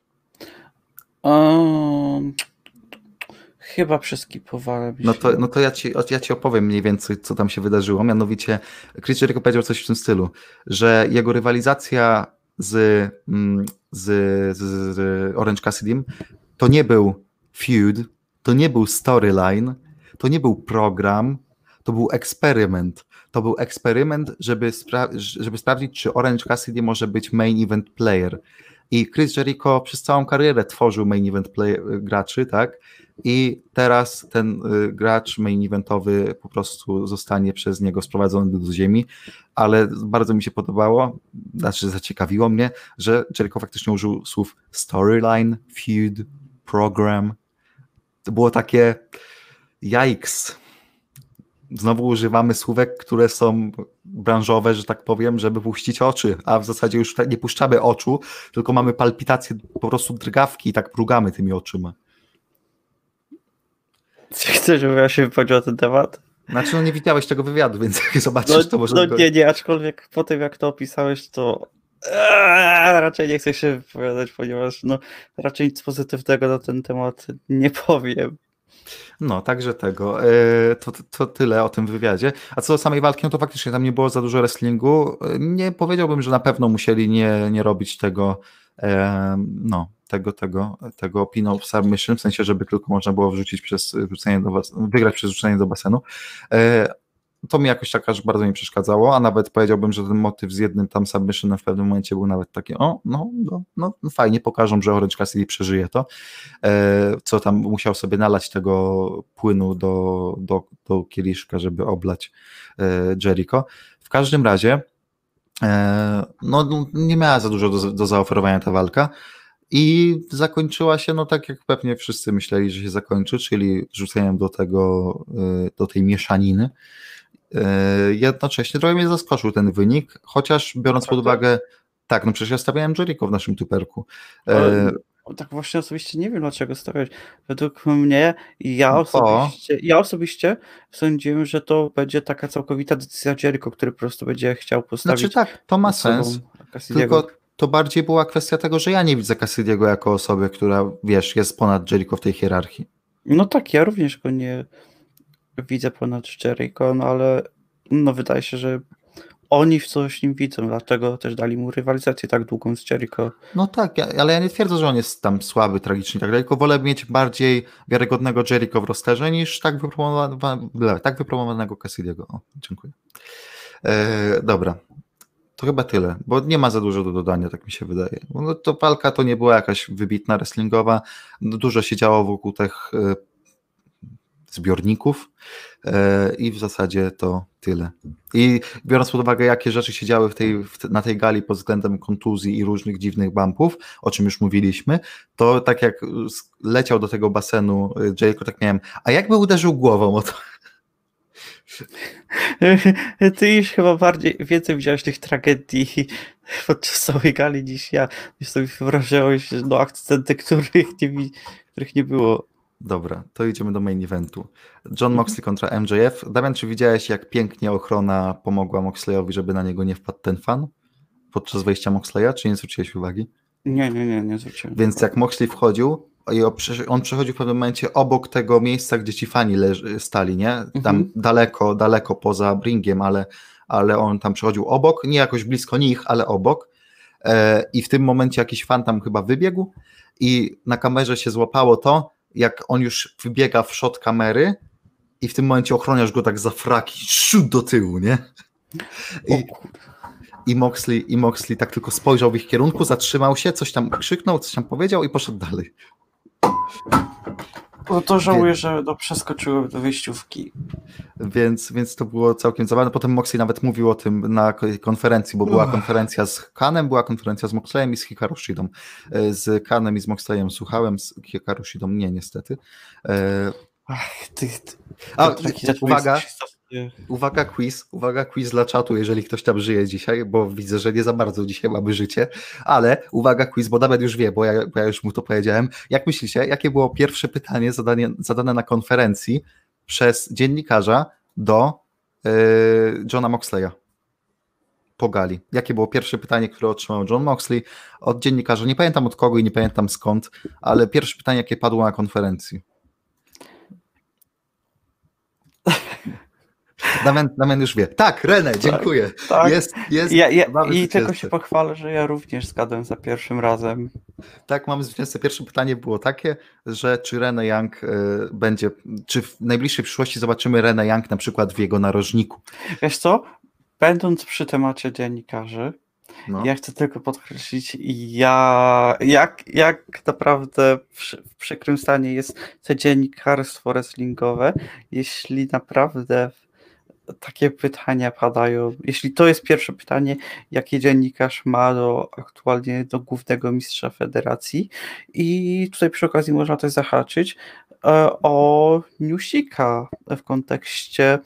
Chyba przeskipowałem. No to ja ci opowiem mniej więcej, co tam się wydarzyło. Mianowicie Chris Jericho powiedział coś w tym stylu, że jego rywalizacja z Orange Cassidy to nie był feud, to nie był storyline, to nie był program, to był eksperyment. To był eksperyment, żeby sprawdzić, czy Orange Cassidy może być main event player. I Chris Jericho przez całą karierę tworzył main event graczy, tak? I teraz ten gracz main eventowy po prostu zostanie przez niego sprowadzony do ziemi, ale bardzo mi się podobało, znaczy zaciekawiło mnie, że Jericho faktycznie użył słów storyline, feud, program. To było takie yikes. Znowu używamy słówek, które są branżowe, że tak powiem, żeby puścić oczy, a w zasadzie już nie puszczamy oczu, tylko mamy palpitacje, po prostu drgawki i tak prugamy tymi oczyma. Chcesz, żebym ja się wypowiedział na ten temat? Znaczy, nie widziałeś tego wywiadu, więc jak zobaczysz, to może... Nie, aczkolwiek po tym, jak to opisałeś, to raczej nie chcę się wypowiadać, ponieważ raczej nic pozytywnego na ten temat nie powiem. No, także tego. To tyle o tym wywiadzie. A co do samej walki, no to faktycznie tam nie było za dużo wrestlingu. Nie powiedziałbym, że na pewno musieli nie robić tego tego pinów submission, w sensie, żeby tylko można było wrzucić wygrać przez rzucenie do basenu. To mi jakoś tak aż bardzo nie przeszkadzało, a nawet powiedziałbym, że ten motyw z jednym tam submissionem w pewnym momencie był nawet taki, fajnie, pokażą, że Orange Cassidy przeżyje to, co tam musiał sobie nalać tego płynu do kieliszka, żeby oblać Jericho. W każdym razie nie miała za dużo do zaoferowania ta walka i zakończyła się, tak jak pewnie wszyscy myśleli, że się zakończy, czyli rzuceniem do tej mieszaniny. Jednocześnie trochę mnie zaskoczył ten wynik, chociaż biorąc pod uwagę, tak, przecież ja stawiałem Jericho w naszym tuperku. Tak właśnie osobiście nie wiem, dlaczego stawiać. Według mnie, ja osobiście sądziłem, że to będzie taka całkowita decyzja Jericho, który po prostu będzie chciał postawić... Znaczy tak, to ma sens, tylko to bardziej była kwestia tego, że ja nie widzę Cassidy'ego jako osoby, która, jest ponad Jericho w tej hierarchii. No tak, ja również go nie widzę ponad Jericho, ale wydaje się, że oni w coś nim widzą, dlatego też dali mu rywalizację tak długą z Jericho. No tak, ale ja nie twierdzę, że on jest tam słaby, tragiczny i tak dalej, tylko wolę mieć bardziej wiarygodnego Jericho w rosterze niż tak wypromowanego Cassidy'ego. Dziękuję. Dobra. To chyba tyle, bo nie ma za dużo do dodania, tak mi się wydaje. To walka to nie była jakaś wybitna wrestlingowa, dużo się działo wokół tych zbiorników i w zasadzie to tyle. I biorąc pod uwagę, jakie rzeczy się działy na tej gali pod względem kontuzji i różnych dziwnych bumpów, o czym już mówiliśmy, to tak jak leciał do tego basenu Jericho, tak miałem, a jakby uderzył głową o to? Ty już chyba więcej widziałeś tych tragedii podczas całej gali niż ja. Już sobie wyobrażałeś akcenty, których nie było. Dobra, to idziemy do main eventu. John Moxley kontra MJF. Damian, czy widziałeś, jak pięknie ochrona pomogła Moxleyowi, żeby na niego nie wpadł ten fan podczas wejścia Moxleya, czy nie zwróciłeś uwagi? Nie zwróciłem. Więc jak Moxley wchodził, i on przechodził w pewnym momencie obok tego miejsca, gdzie ci fani stali, nie? Tam daleko poza ringiem, ale on tam przechodził obok, nie jakoś blisko nich, ale obok. I w tym momencie jakiś fan tam chyba wybiegł i na kamerze się złapało to, jak on już wybiega w shot kamery i w tym momencie ochroniarz go tak za fraki, szut do tyłu, nie? I Moxley tak tylko spojrzał w ich kierunku, zatrzymał się, coś tam krzyknął, coś tam powiedział i poszedł dalej. No to żałuję, że przeskoczyłem do wyjściówki. Więc to było całkiem zabawne. Potem Moxley nawet mówił o tym na konferencji, bo była konferencja z Kanem, była konferencja z Moxleyem i z Hikaru Shidą. Z Kanem i z Moxleyem słuchałem, z Hikaru Shidą nie, niestety. Uwaga, quiz dla czatu, jeżeli ktoś tam żyje dzisiaj, bo widzę, że nie za bardzo dzisiaj mamy życie, ale uwaga, quiz, bo Damian już wie, bo ja już mu to powiedziałem. Jak myślicie, jakie było pierwsze pytanie zadane na konferencji przez dziennikarza do Johna Moxleya po gali? Jakie było pierwsze pytanie, które otrzymał John Moxley od dziennikarza? Nie pamiętam od kogo i nie pamiętam skąd, ale pierwsze pytanie, jakie padło na konferencji. Damian już wie. Tak, René, dziękuję. Tak. Jest. I tylko się pochwalę, że ja również zgadłem za pierwszym razem. Tak, mamy zwycięzcę. Pierwsze pytanie było takie, że czy Renee Young będzie, czy w najbliższej przyszłości zobaczymy Renee Young na przykład w jego narożniku. Wiesz co, będąc przy temacie dziennikarzy, ja chcę tylko podkreślić, jak naprawdę w przykrym stanie jest to dziennikarstwo wrestlingowe, jeśli naprawdę takie pytania padają. Jeśli to jest pierwsze pytanie, jakie dziennikarz ma aktualnie do głównego mistrza federacji, i tutaj przy okazji można też zahaczyć o newsika w kontekście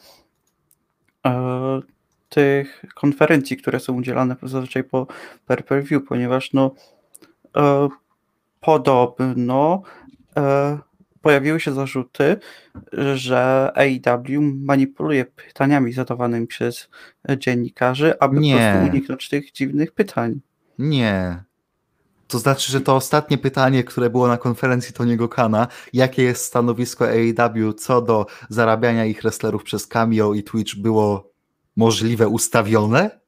tych konferencji, które są udzielane zazwyczaj po pay-per-view, ponieważ podobno pojawiły się zarzuty, że AEW manipuluje pytaniami zadawanymi przez dziennikarzy, aby po prostu uniknąć tych dziwnych pytań. Nie. To znaczy, że to ostatnie pytanie, które było na konferencji Tony'ego Khana, jakie jest stanowisko AEW co do zarabiania ich wrestlerów przez Cameo i Twitch, było możliwe ustawione?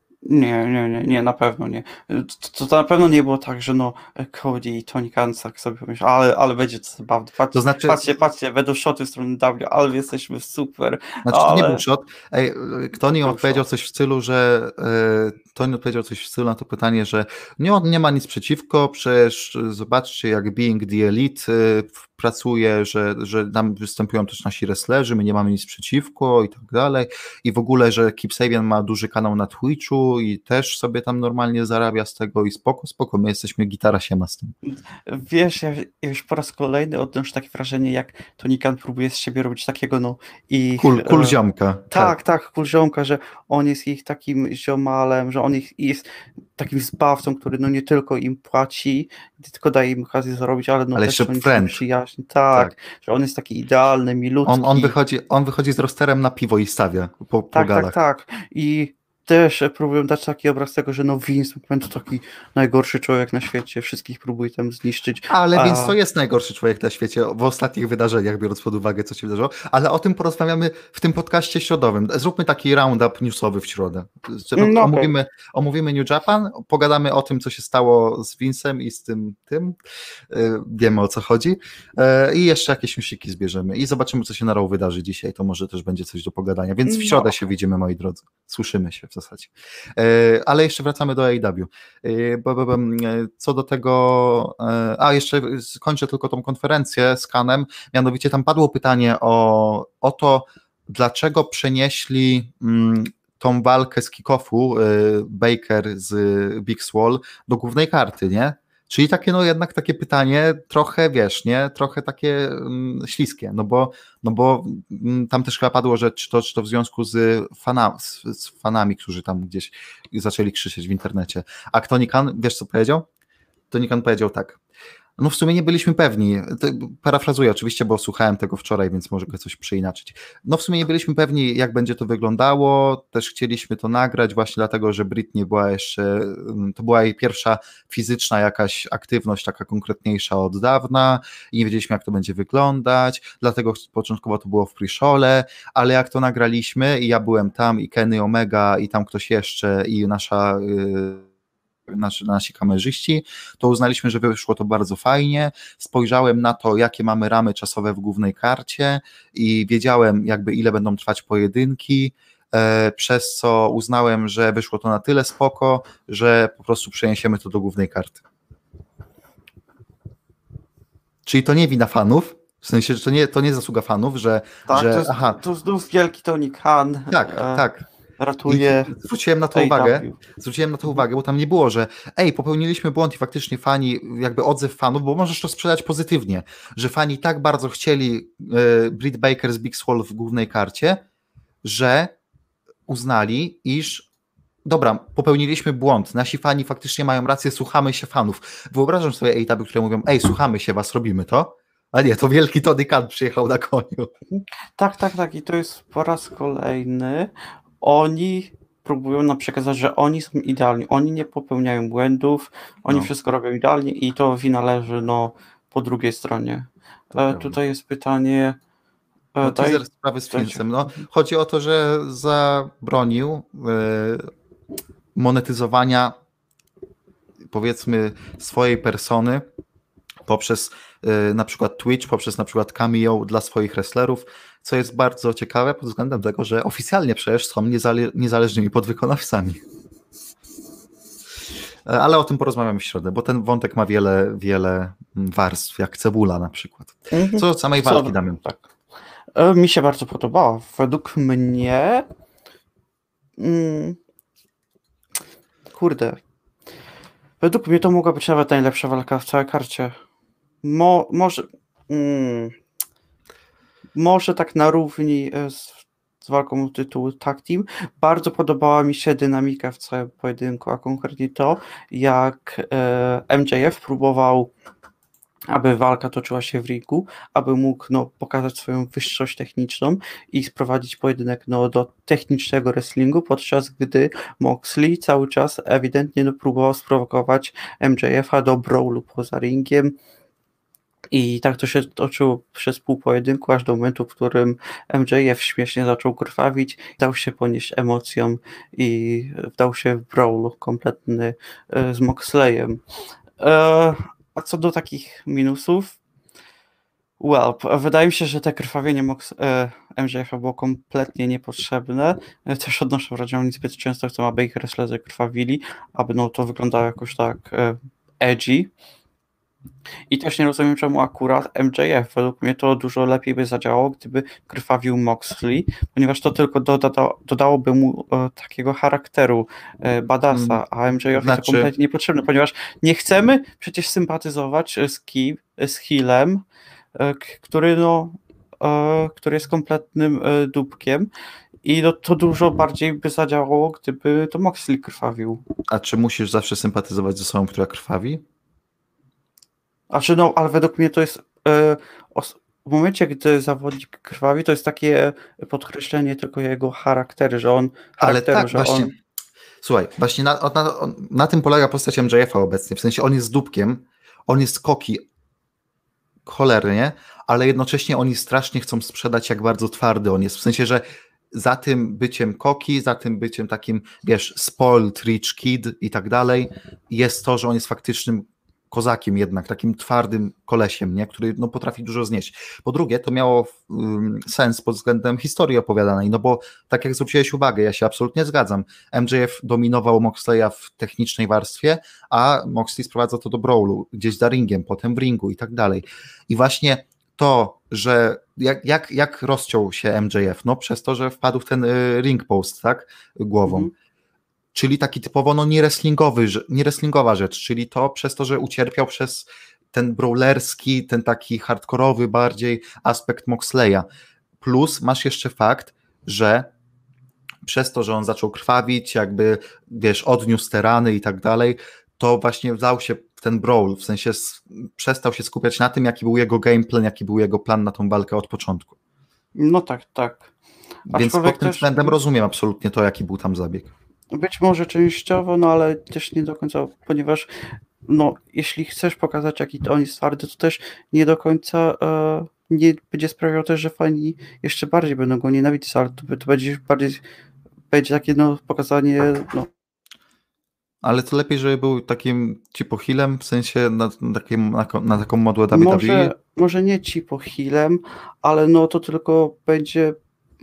Nie, na pewno nie. To na pewno nie było tak, że Cody i Tony Khan tak sobie pomyślał, ale będzie to zabawne. Patrzcie, będą szoty strony W, ale jesteśmy super. Znaczy, to nie był shot. Tony odpowiedział coś w stylu, że Tony odpowiedział coś w stylu na to pytanie, że nie ma nic przeciwko, przecież zobaczcie, jak Being the Elite pracuje, że tam występują też nasi wrestlerzy, my nie mamy nic przeciwko i tak dalej. I w ogóle, że Kip Sabian ma duży kanał na Twitchu i też sobie tam normalnie zarabia z tego i spoko, my jesteśmy gitara siema z tym. Wiesz, ja już po raz kolejny odnoszę takie wrażenie, jak Tony Khan próbuje z siebie robić takiego cool ziomka. Tak, cool ziomka, że on jest ich takim ziomalem, że on jest takim zbawcą, który nie tylko im płaci, tylko daje im okazję zarobić, ale też oni się przyjaźni. Tak, że on jest taki idealny, milutki. On wychodzi z rosterem na piwo i stawia po galach. Tak. I też próbują dać taki obraz tego, że Vince to taki najgorszy człowiek na świecie, wszystkich próbuje tam zniszczyć. Ale Vince to jest najgorszy człowiek na świecie w ostatnich wydarzeniach, biorąc pod uwagę, co się wydarzyło, ale o tym porozmawiamy w tym podcaście środowym. Zróbmy taki roundup newsowy w środę. Omówimy New Japan, pogadamy o tym, co się stało z Vince'em i z tym. Wiemy, o co chodzi. I jeszcze jakieś newsiki zbierzemy i zobaczymy, co się na Raw wydarzy dzisiaj. To może też będzie coś do pogadania. Więc w środę się widzimy, moi drodzy. Słyszymy się w zasadzie. Ale jeszcze wracamy do AEW. Co do tego, jeszcze skończę tylko tą konferencję z Kanem, mianowicie tam padło pytanie o to, dlaczego przenieśli tą walkę z kick-offu Baker z Big Swole do głównej karty, nie? Czyli takie, no jednak takie pytanie trochę, wiesz, nie, trochę takie śliskie, no bo tam też chyba padło, że czy to w związku z fanami, którzy tam gdzieś zaczęli krzyczeć w internecie. A Tony Khan, wiesz co powiedział? Tony Khan powiedział tak: no w sumie nie byliśmy pewni, parafrazuję oczywiście, bo słuchałem tego wczoraj, więc może go coś przeinaczyć. No w sumie nie byliśmy pewni, jak będzie to wyglądało, też chcieliśmy to nagrać właśnie dlatego, że Britney była jeszcze, to była jej pierwsza fizyczna jakaś aktywność, taka konkretniejsza od dawna i nie wiedzieliśmy, jak to będzie wyglądać, dlatego początkowo to było w pre-show'le, ale jak to nagraliśmy i ja byłem tam i Kenny Omega i tam ktoś jeszcze i nasi kamerzyści, to uznaliśmy, że wyszło to bardzo fajnie. Spojrzałem na to, jakie mamy ramy czasowe w głównej karcie i wiedziałem jakby ile będą trwać pojedynki, przez co uznałem, że wyszło to na tyle spoko, że po prostu przeniesiemy to do głównej karty. Czyli to nie wina fanów, w sensie, że to nie zasługa fanów, że... Tak, że to znów wielki Tony Khan. Tak. Ratuje. Zwróciłem na to uwagę, bo tam nie było, że popełniliśmy błąd i faktycznie fani, jakby odzew fanów, bo możesz to sprzedać pozytywnie, że fani tak bardzo chcieli Britt Baker z Big Swole w głównej karcie, że uznali, iż dobra, popełniliśmy błąd, nasi fani faktycznie mają rację, słuchamy się fanów. Wyobrażam sobie AEW, które mówią, słuchamy się was, robimy to, a nie, to wielki Tony Khan przyjechał na koniu. Tak, i to jest po raz kolejny. Oni próbują nam przekazać, że oni są idealni, oni nie popełniają błędów, oni wszystko robią idealnie i to wina leży po drugiej stronie. Tutaj jest pytanie... teaser sprawy z Fincem. Chodzi o to, że zabronił monetyzowania, powiedzmy, swojej persony poprzez na przykład Twitch, poprzez na przykład Cameo dla swoich wrestlerów, co jest bardzo ciekawe pod względem tego, że oficjalnie przecież są niezależnymi podwykonawcami. Ale o tym porozmawiamy w środę, bo ten wątek ma wiele warstw, jak cebula na przykład. Co do samej walki, Damian? Tak. Mi się bardzo podobała. Według mnie... Według mnie to mogła być nawet najlepsza walka w całej karcie. Może tak na równi z walką o tytuł Tag Team. Bardzo podobała mi się dynamika w całym pojedynku, a konkretnie to, jak MJF próbował, aby walka toczyła się w ringu, aby mógł pokazać swoją wyższość techniczną i sprowadzić pojedynek do technicznego wrestlingu, podczas gdy Moxley cały czas ewidentnie próbował sprowokować MJF-a do brawlu poza ringiem. I tak to się toczyło przez pół pojedynku, aż do momentu, w którym MJF śmiesznie zaczął krwawić, dał się ponieść emocjom i wdał się w brawl kompletny z Moxleyem. A co do takich minusów, wydaje mi się, że te krwawienie MJF-a było kompletnie niepotrzebne. Też odnoszę wrażenie, oni zbyt często chcą, aby ich wrestlerzy krwawili, aby to wyglądało jakoś tak edgy. I też nie rozumiem, czemu akurat MJF. Według mnie to dużo lepiej by zadziałało, gdyby krwawił Moxley, ponieważ to tylko dodałoby mu takiego charakteru badasa, a MJF jest to kompletnie niepotrzebne, ponieważ nie chcemy przecież sympatyzować z Heelem, który jest kompletnym dupkiem. I to dużo bardziej by zadziałało, gdyby to Moxley krwawił. A czy musisz zawsze sympatyzować z osobą, która krwawi? Ale według mnie to jest w momencie, gdy zawodnik krwawi, to jest takie podkreślenie tylko jego charakteru, że on... Słuchaj, właśnie na tym polega postać MJF-a obecnie, w sensie on jest dupkiem, on jest koki cholernie, ale jednocześnie oni strasznie chcą sprzedać, jak bardzo twardy on jest, w sensie, że za tym byciem koki, za tym byciem takim, wiesz, spoiled rich kid i tak dalej, jest to, że on jest faktycznym kozakiem jednak, takim twardym kolesiem, nie? Który potrafi dużo znieść. Po drugie, to miało sens pod względem historii opowiadanej, bo tak jak zwróciłeś uwagę, ja się absolutnie zgadzam, MJF dominował Moxleya w technicznej warstwie, a Moxley sprowadza to do brawlu, gdzieś za ringiem, potem w ringu i tak dalej. I właśnie to, że jak rozciął się MJF? Przez to, że wpadł w ten ring post, tak? Głową. czyli taki typowo nie-wrestlingowa rzecz, czyli to przez to, że ucierpiał przez ten brawlerski, ten taki hardkorowy bardziej aspekt Moxleya. Plus masz jeszcze fakt, że przez to, że on zaczął krwawić, jakby, wiesz, odniósł te rany i tak dalej, to właśnie wdał się w ten brawl, w sensie przestał się skupiać na tym, jaki był jego gameplan, jaki był jego plan na tą walkę od początku. No tak. Więc pod tym względem rozumiem absolutnie to, jaki był tam zabieg. Być może częściowo, no ale też nie do końca, ponieważ no, jeśli chcesz pokazać, jaki to on jest twardy, to też nie do końca nie będzie sprawiał też, że fani jeszcze bardziej będą go nienawidzić, ale to będzie bardziej takie no, pokazanie no. Ale to lepiej, żeby był takim cipochilem, w sensie na taką modłę WWE? Może nie cipochilem, ale no to tylko będzie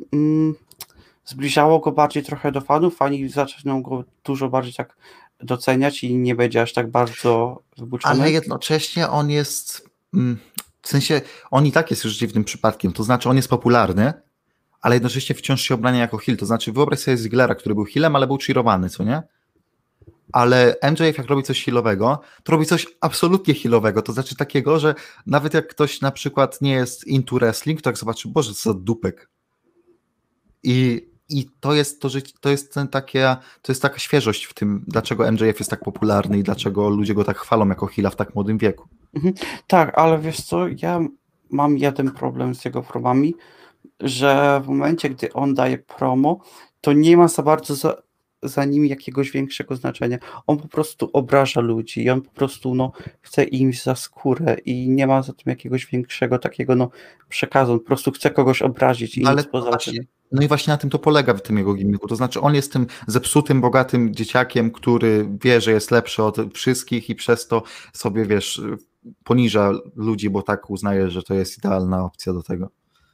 zbliżało go bardziej trochę do fanów, fani zaczną go dużo bardziej tak doceniać i nie będzie aż tak bardzo wybuczony. Ale jednocześnie on jest, w sensie on i tak jest już dziwnym przypadkiem, to znaczy on jest popularny, ale jednocześnie wciąż się obrania jako heel, to znaczy wyobraź sobie Ziglera, który był heelem, ale był cheerowany, co nie? Ale MJF jak robi coś healowego, to robi coś absolutnie healowego, to znaczy takiego, że nawet jak ktoś na przykład nie jest into wrestling, to jak zobaczy, Boże, co za dupek. I to jest to, że to jest taka świeżość w tym, dlaczego MJF jest tak popularny i dlaczego ludzie go tak chwalą jako heala w tak młodym wieku. Tak, ale wiesz co, ja mam jeden problem z jego promami, że w momencie, gdy on daje promo, to nie ma za bardzo za nim jakiegoś większego znaczenia. On po prostu obraża ludzi i on po prostu no, chce im za skórę i nie ma za tym jakiegoś większego takiego no, przekazu. On po prostu chce kogoś obrazić i nic poza tym. No i właśnie na tym to polega w tym jego gimmicku. To znaczy on jest tym zepsutym, bogatym dzieciakiem, który wie, że jest lepszy od wszystkich i przez to sobie, wiesz, poniża ludzi, bo tak uznaje, że to jest idealna opcja do tego.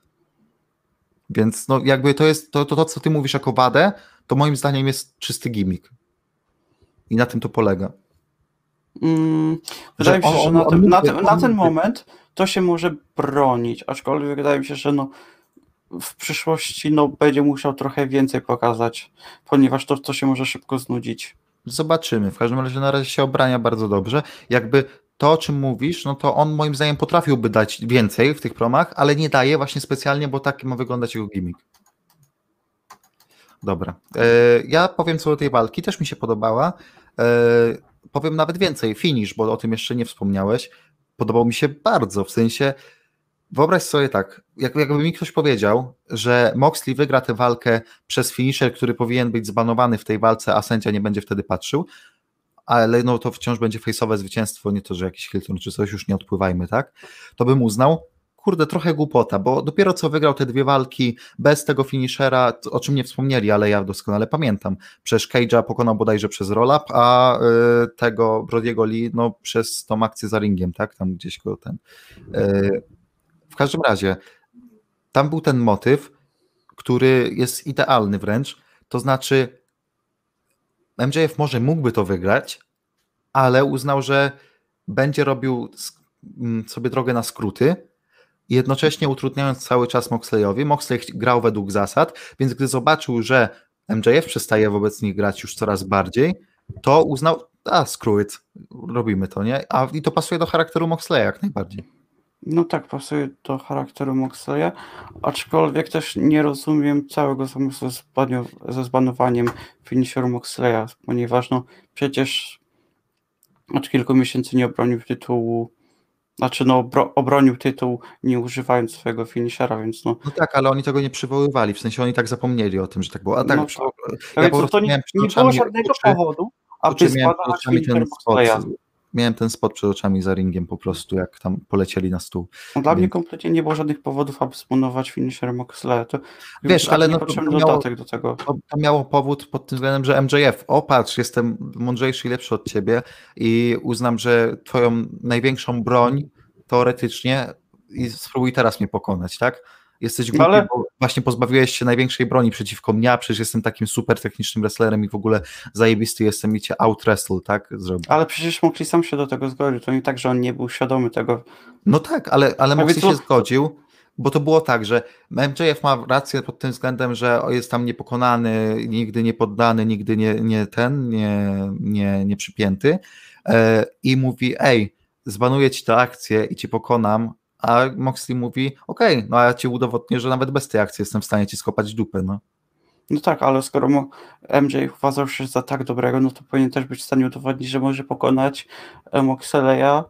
Więc no jakby to jest to, co ty mówisz jako wadę, to moim zdaniem jest czysty gimmick. I na tym to polega. Wydaje mi się, że na ten moment to się może bronić, aczkolwiek wydaje mi się, że no w przyszłości no, będzie musiał trochę więcej pokazać, ponieważ to się może szybko znudzić. Zobaczymy. W każdym razie na razie się obrania bardzo dobrze. Jakby to, o czym mówisz, no to on moim zdaniem potrafiłby dać więcej w tych promach, ale nie daje właśnie specjalnie, bo tak ma wyglądać jego gimmick. Dobra. Ja powiem co do tej walki. Też mi się podobała. Powiem nawet więcej. Finish, bo o tym jeszcze nie wspomniałeś. Podobał mi się bardzo. W sensie wyobraź sobie tak, jakby mi ktoś powiedział, że Moxley wygra tę walkę przez finisher, który powinien być zbanowany w tej walce, a sędzia nie będzie wtedy patrzył, ale no to wciąż będzie face'owe zwycięstwo, nie to, że jakiś Hilton czy coś, już nie odpływajmy, tak? To bym uznał, kurde, trochę głupota, bo dopiero co wygrał te 2 walki bez tego finishera, o czym nie wspomnieli, ale ja doskonale pamiętam. Przecież Cage'a pokonał bodajże przez roll-up, a tego Brody'ego Lee, no przez tą akcję za ringiem, tak? Tam gdzieś go ten... W każdym razie, tam był ten motyw, który jest idealny wręcz, to znaczy MJF może mógłby to wygrać, ale uznał, że będzie robił sobie drogę na skróty, jednocześnie utrudniając cały czas Moxleyowi. Moxley grał według zasad, więc gdy zobaczył, że MJF przestaje wobec nich grać już coraz bardziej, to uznał, screw it, robimy to, nie? I to pasuje do charakteru Moxleya jak najbardziej. No tak, pasuje do charakteru Moxleya, aczkolwiek też nie rozumiem całego zamysłu ze zbanowaniem finisheru Moxleya, ponieważ no przecież od kilku miesięcy nie obronił tytułu, obronił tytuł nie używając swojego finishera, więc no... No tak, ale oni tego nie przywoływali, w sensie oni tak zapomnieli o tym, że tak było. A tak, no, ja to nie było żadnego powodu, aby zbanować finisher Moxleya. Miałem ten spot przed oczami za ringiem po prostu, jak tam polecieli na stół. No dla mnie kompletnie nie było żadnych powodów, aby zbanować finisher Moxleya. To wiesz, ale no potrzebny dodatek do tego. To miało powód pod tym względem, że MJF, patrz, jestem mądrzejszy i lepszy od ciebie i uznam, że twoją największą broń teoretycznie i spróbuj teraz mnie pokonać, tak? Jesteś głupi, bo właśnie pozbawiłeś się największej broni przeciwko mnie, a przecież jestem takim super technicznym wrestlerem i w ogóle zajebisty jestem i cię out-wrestle, tak? Zrobił. Ale przecież Moxley sam się do tego zgodził, to nie tak, że on nie był świadomy tego. No tak, ale Moxley się zgodził, bo to było tak, że MJF ma rację pod tym względem, że jest tam niepokonany, nigdy nie poddany, nigdy nie przypięty i mówi, ej, zbanuję ci tę akcję i ci pokonam, a Moxley mówi, okej, no a ja ci udowodnię, że nawet bez tej akcji jestem w stanie ci skopać dupę, no. No tak, ale skoro MJ uważał się za tak dobrego, no to powinien też być w stanie udowodnić, że może pokonać Moxleya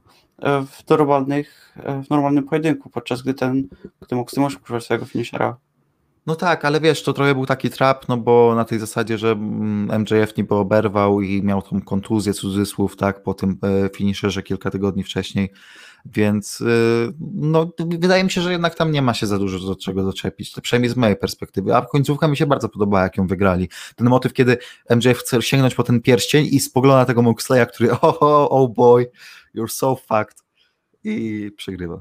w normalnym pojedynku, podczas gdy Moxley może używać swojego finishera. No tak, ale wiesz, to trochę był taki trap, no bo na tej zasadzie, że MJF niby oberwał i miał tą kontuzję cudzysłów, tak, po tym finisherze kilka tygodni wcześniej, więc no wydaje mi się, że jednak tam nie ma się za dużo do czego doczepić, to przynajmniej z mojej perspektywy, a końcówka mi się bardzo podobała, jak ją wygrali. Ten motyw, kiedy MJF chce sięgnąć po ten pierścień i spogląda tego Moxleya, który oh boy, you're so fucked i przegrywa.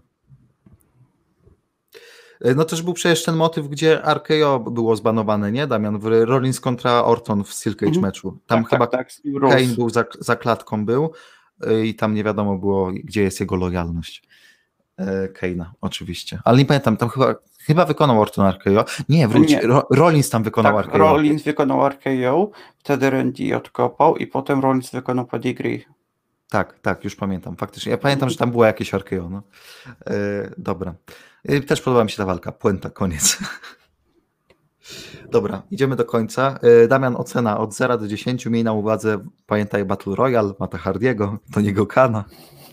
No też był przecież ten motyw, gdzie RKO było zbanowane, nie, Damian? W Rollins kontra Orton w Steel Cage meczu. Tam chyba Kane był za klatką i tam nie wiadomo było, gdzie jest jego lojalność. Kane'a, oczywiście. Ale nie pamiętam, tam chyba wykonał Orton RKO. Nie, wróć, Rollins tam wykonał RKO. Rollins wykonał RKO, wtedy Randy odkopał i potem Rollins wykonał pedigree. Tak, już pamiętam, faktycznie. Ja pamiętam, że tam było jakieś RKO. No. Dobra. Też podoba mi się ta walka. Puenta, koniec. Dobra, idziemy do końca. Damian, ocena od 0 do 10. Miej na uwadze, pamiętaj, Battle Royale, Matta Hardiego, Tony'ego Kana.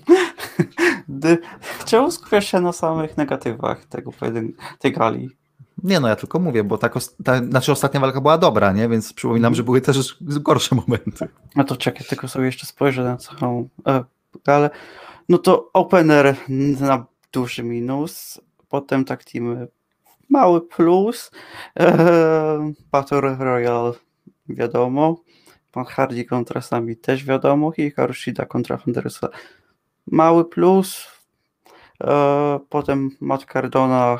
Czemu skupiasz się na samych negatywach tej gali? Nie, no ja tylko mówię, bo znaczy ostatnia walka była dobra, nie? Więc przypominam, że były też gorsze momenty. No to czekaj, tylko sobie jeszcze spojrzę na całą galę. No to opener na duży minus, potem tak teamy mały plus, Battle Royale wiadomo, Pan Hardy kontra Sami też wiadomo i Hikaru Shida kontra Hendersa mały plus, potem Matt Cardona,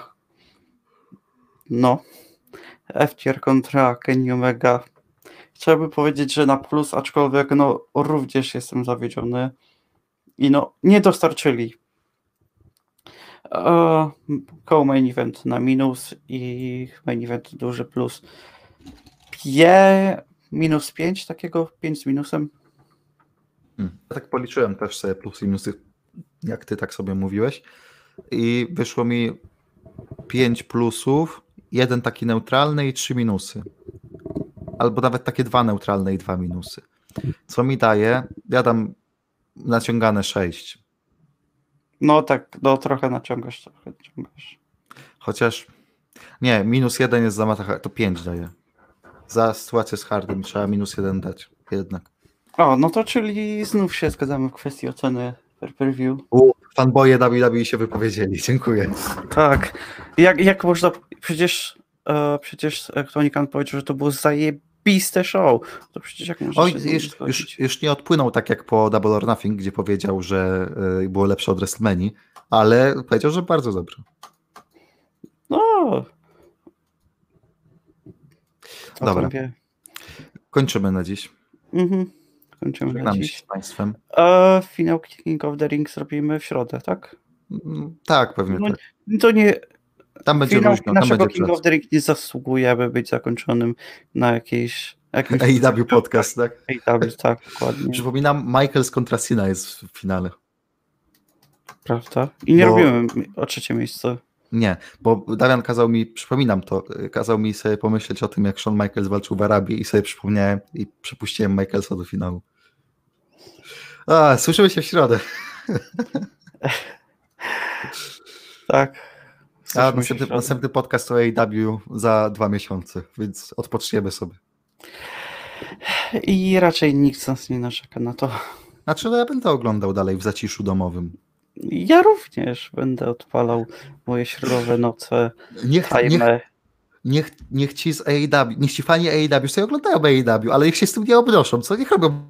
no, FTR kontra Kenny Omega. Chciałbym powiedzieć, że na plus, aczkolwiek no również jestem zawiedziony i no nie dostarczyli. Co-main event na minus i main event duży plus. Minus 5 takiego, 5 z minusem. Ja tak policzyłem też sobie plusy i minusy, jak ty tak sobie mówiłeś i wyszło mi 5 plusów, 1 taki neutralny i 3 minusy. Albo nawet takie 2 neutralne i 2 minusy. Co mi daje, ja dam naciągane 6. No tak, no trochę naciągasz. Chociaż nie, -1 jest za Matta, to 5 daje. Za sytuację z Hardym trzeba -1 dać jednak. O, no to czyli znów się zgadzamy w kwestii oceny per-view. Fanboye WWE się wypowiedzieli, dziękuję. Tak, jak można, przecież Tony Khan powiedział, że to było zajebiste show. To przecież jak można się już nie odpłynął tak jak po Double or Nothing, gdzie powiedział, że było lepsze od WrestleManii, ale powiedział, że bardzo dobrze. No. Dobra. Kończymy na dziś. Kończymy na dziś. Się z Państwem. Finał King of the Ring zrobimy w środę, tak? Tak, pewnie tak. To nie... Tam będzie finał luźno, tam naszego będzie King of the Ring nie zasługuje, aby być zakończonym na jakimś AEW podcast, tak? AEW, tak, dokładnie. Przypominam, Michaels kontra Cena jest w finale. Prawda? I nie robimy o trzecie miejsce. Nie, bo Damian kazał mi sobie pomyśleć o tym, jak Shawn Michaels walczył w Arabii i sobie przypomniałem i przepuściłem Michaelsa do finału. Słyszymy się w środę. Tak. A następny podcast o AEW za 2 miesiące, więc odpoczniemy sobie. I raczej nikt z nas nie narzeka na to. Znaczy, ja będę oglądał dalej w zaciszu domowym. Ja również będę odpalał moje środowe noce. Niech ci z AEW, niech ci fani AEW sobie oglądają AEW, ale niech się z tym nie obnoszą, co? Niech robią.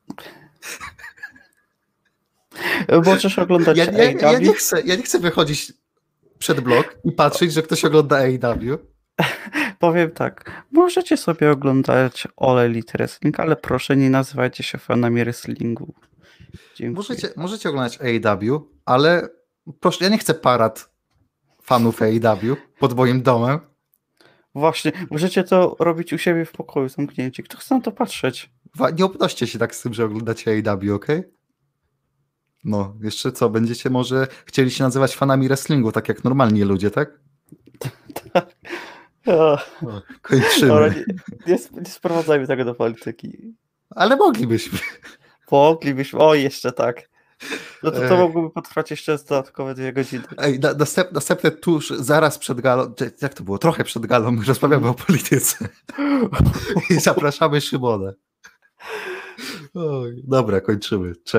Możesz oglądać AEW? Ja nie chcę wychodzić przed blok i patrzeć, że ktoś ogląda AEW. Powiem tak, możecie sobie oglądać All Elite Wrestling, ale proszę nie nazywajcie się fanami wrestlingu. Możecie oglądać AEW, ale proszę, ja nie chcę parad fanów AEW pod moim domem. Właśnie, możecie to robić u siebie w pokoju, zamknięci. Kto chce na to patrzeć? Nie obnoście się tak z tym, że oglądacie AEW, okej? No, jeszcze co? Będziecie może chcieli się nazywać fanami wrestlingu, tak jak normalni ludzie, tak? Tak. O, Kończymy. ale nie sprowadzajmy tego do polityki. Ale moglibyśmy. Moglibyśmy, o jeszcze tak. No to mogłoby potrwać jeszcze dodatkowe 2 godziny. Ej, następne tuż, zaraz przed galą, jak to było? Trochę przed galą, my rozmawiamy o polityce. I zapraszamy Szymona. Oj, dobra, kończymy. Cześć.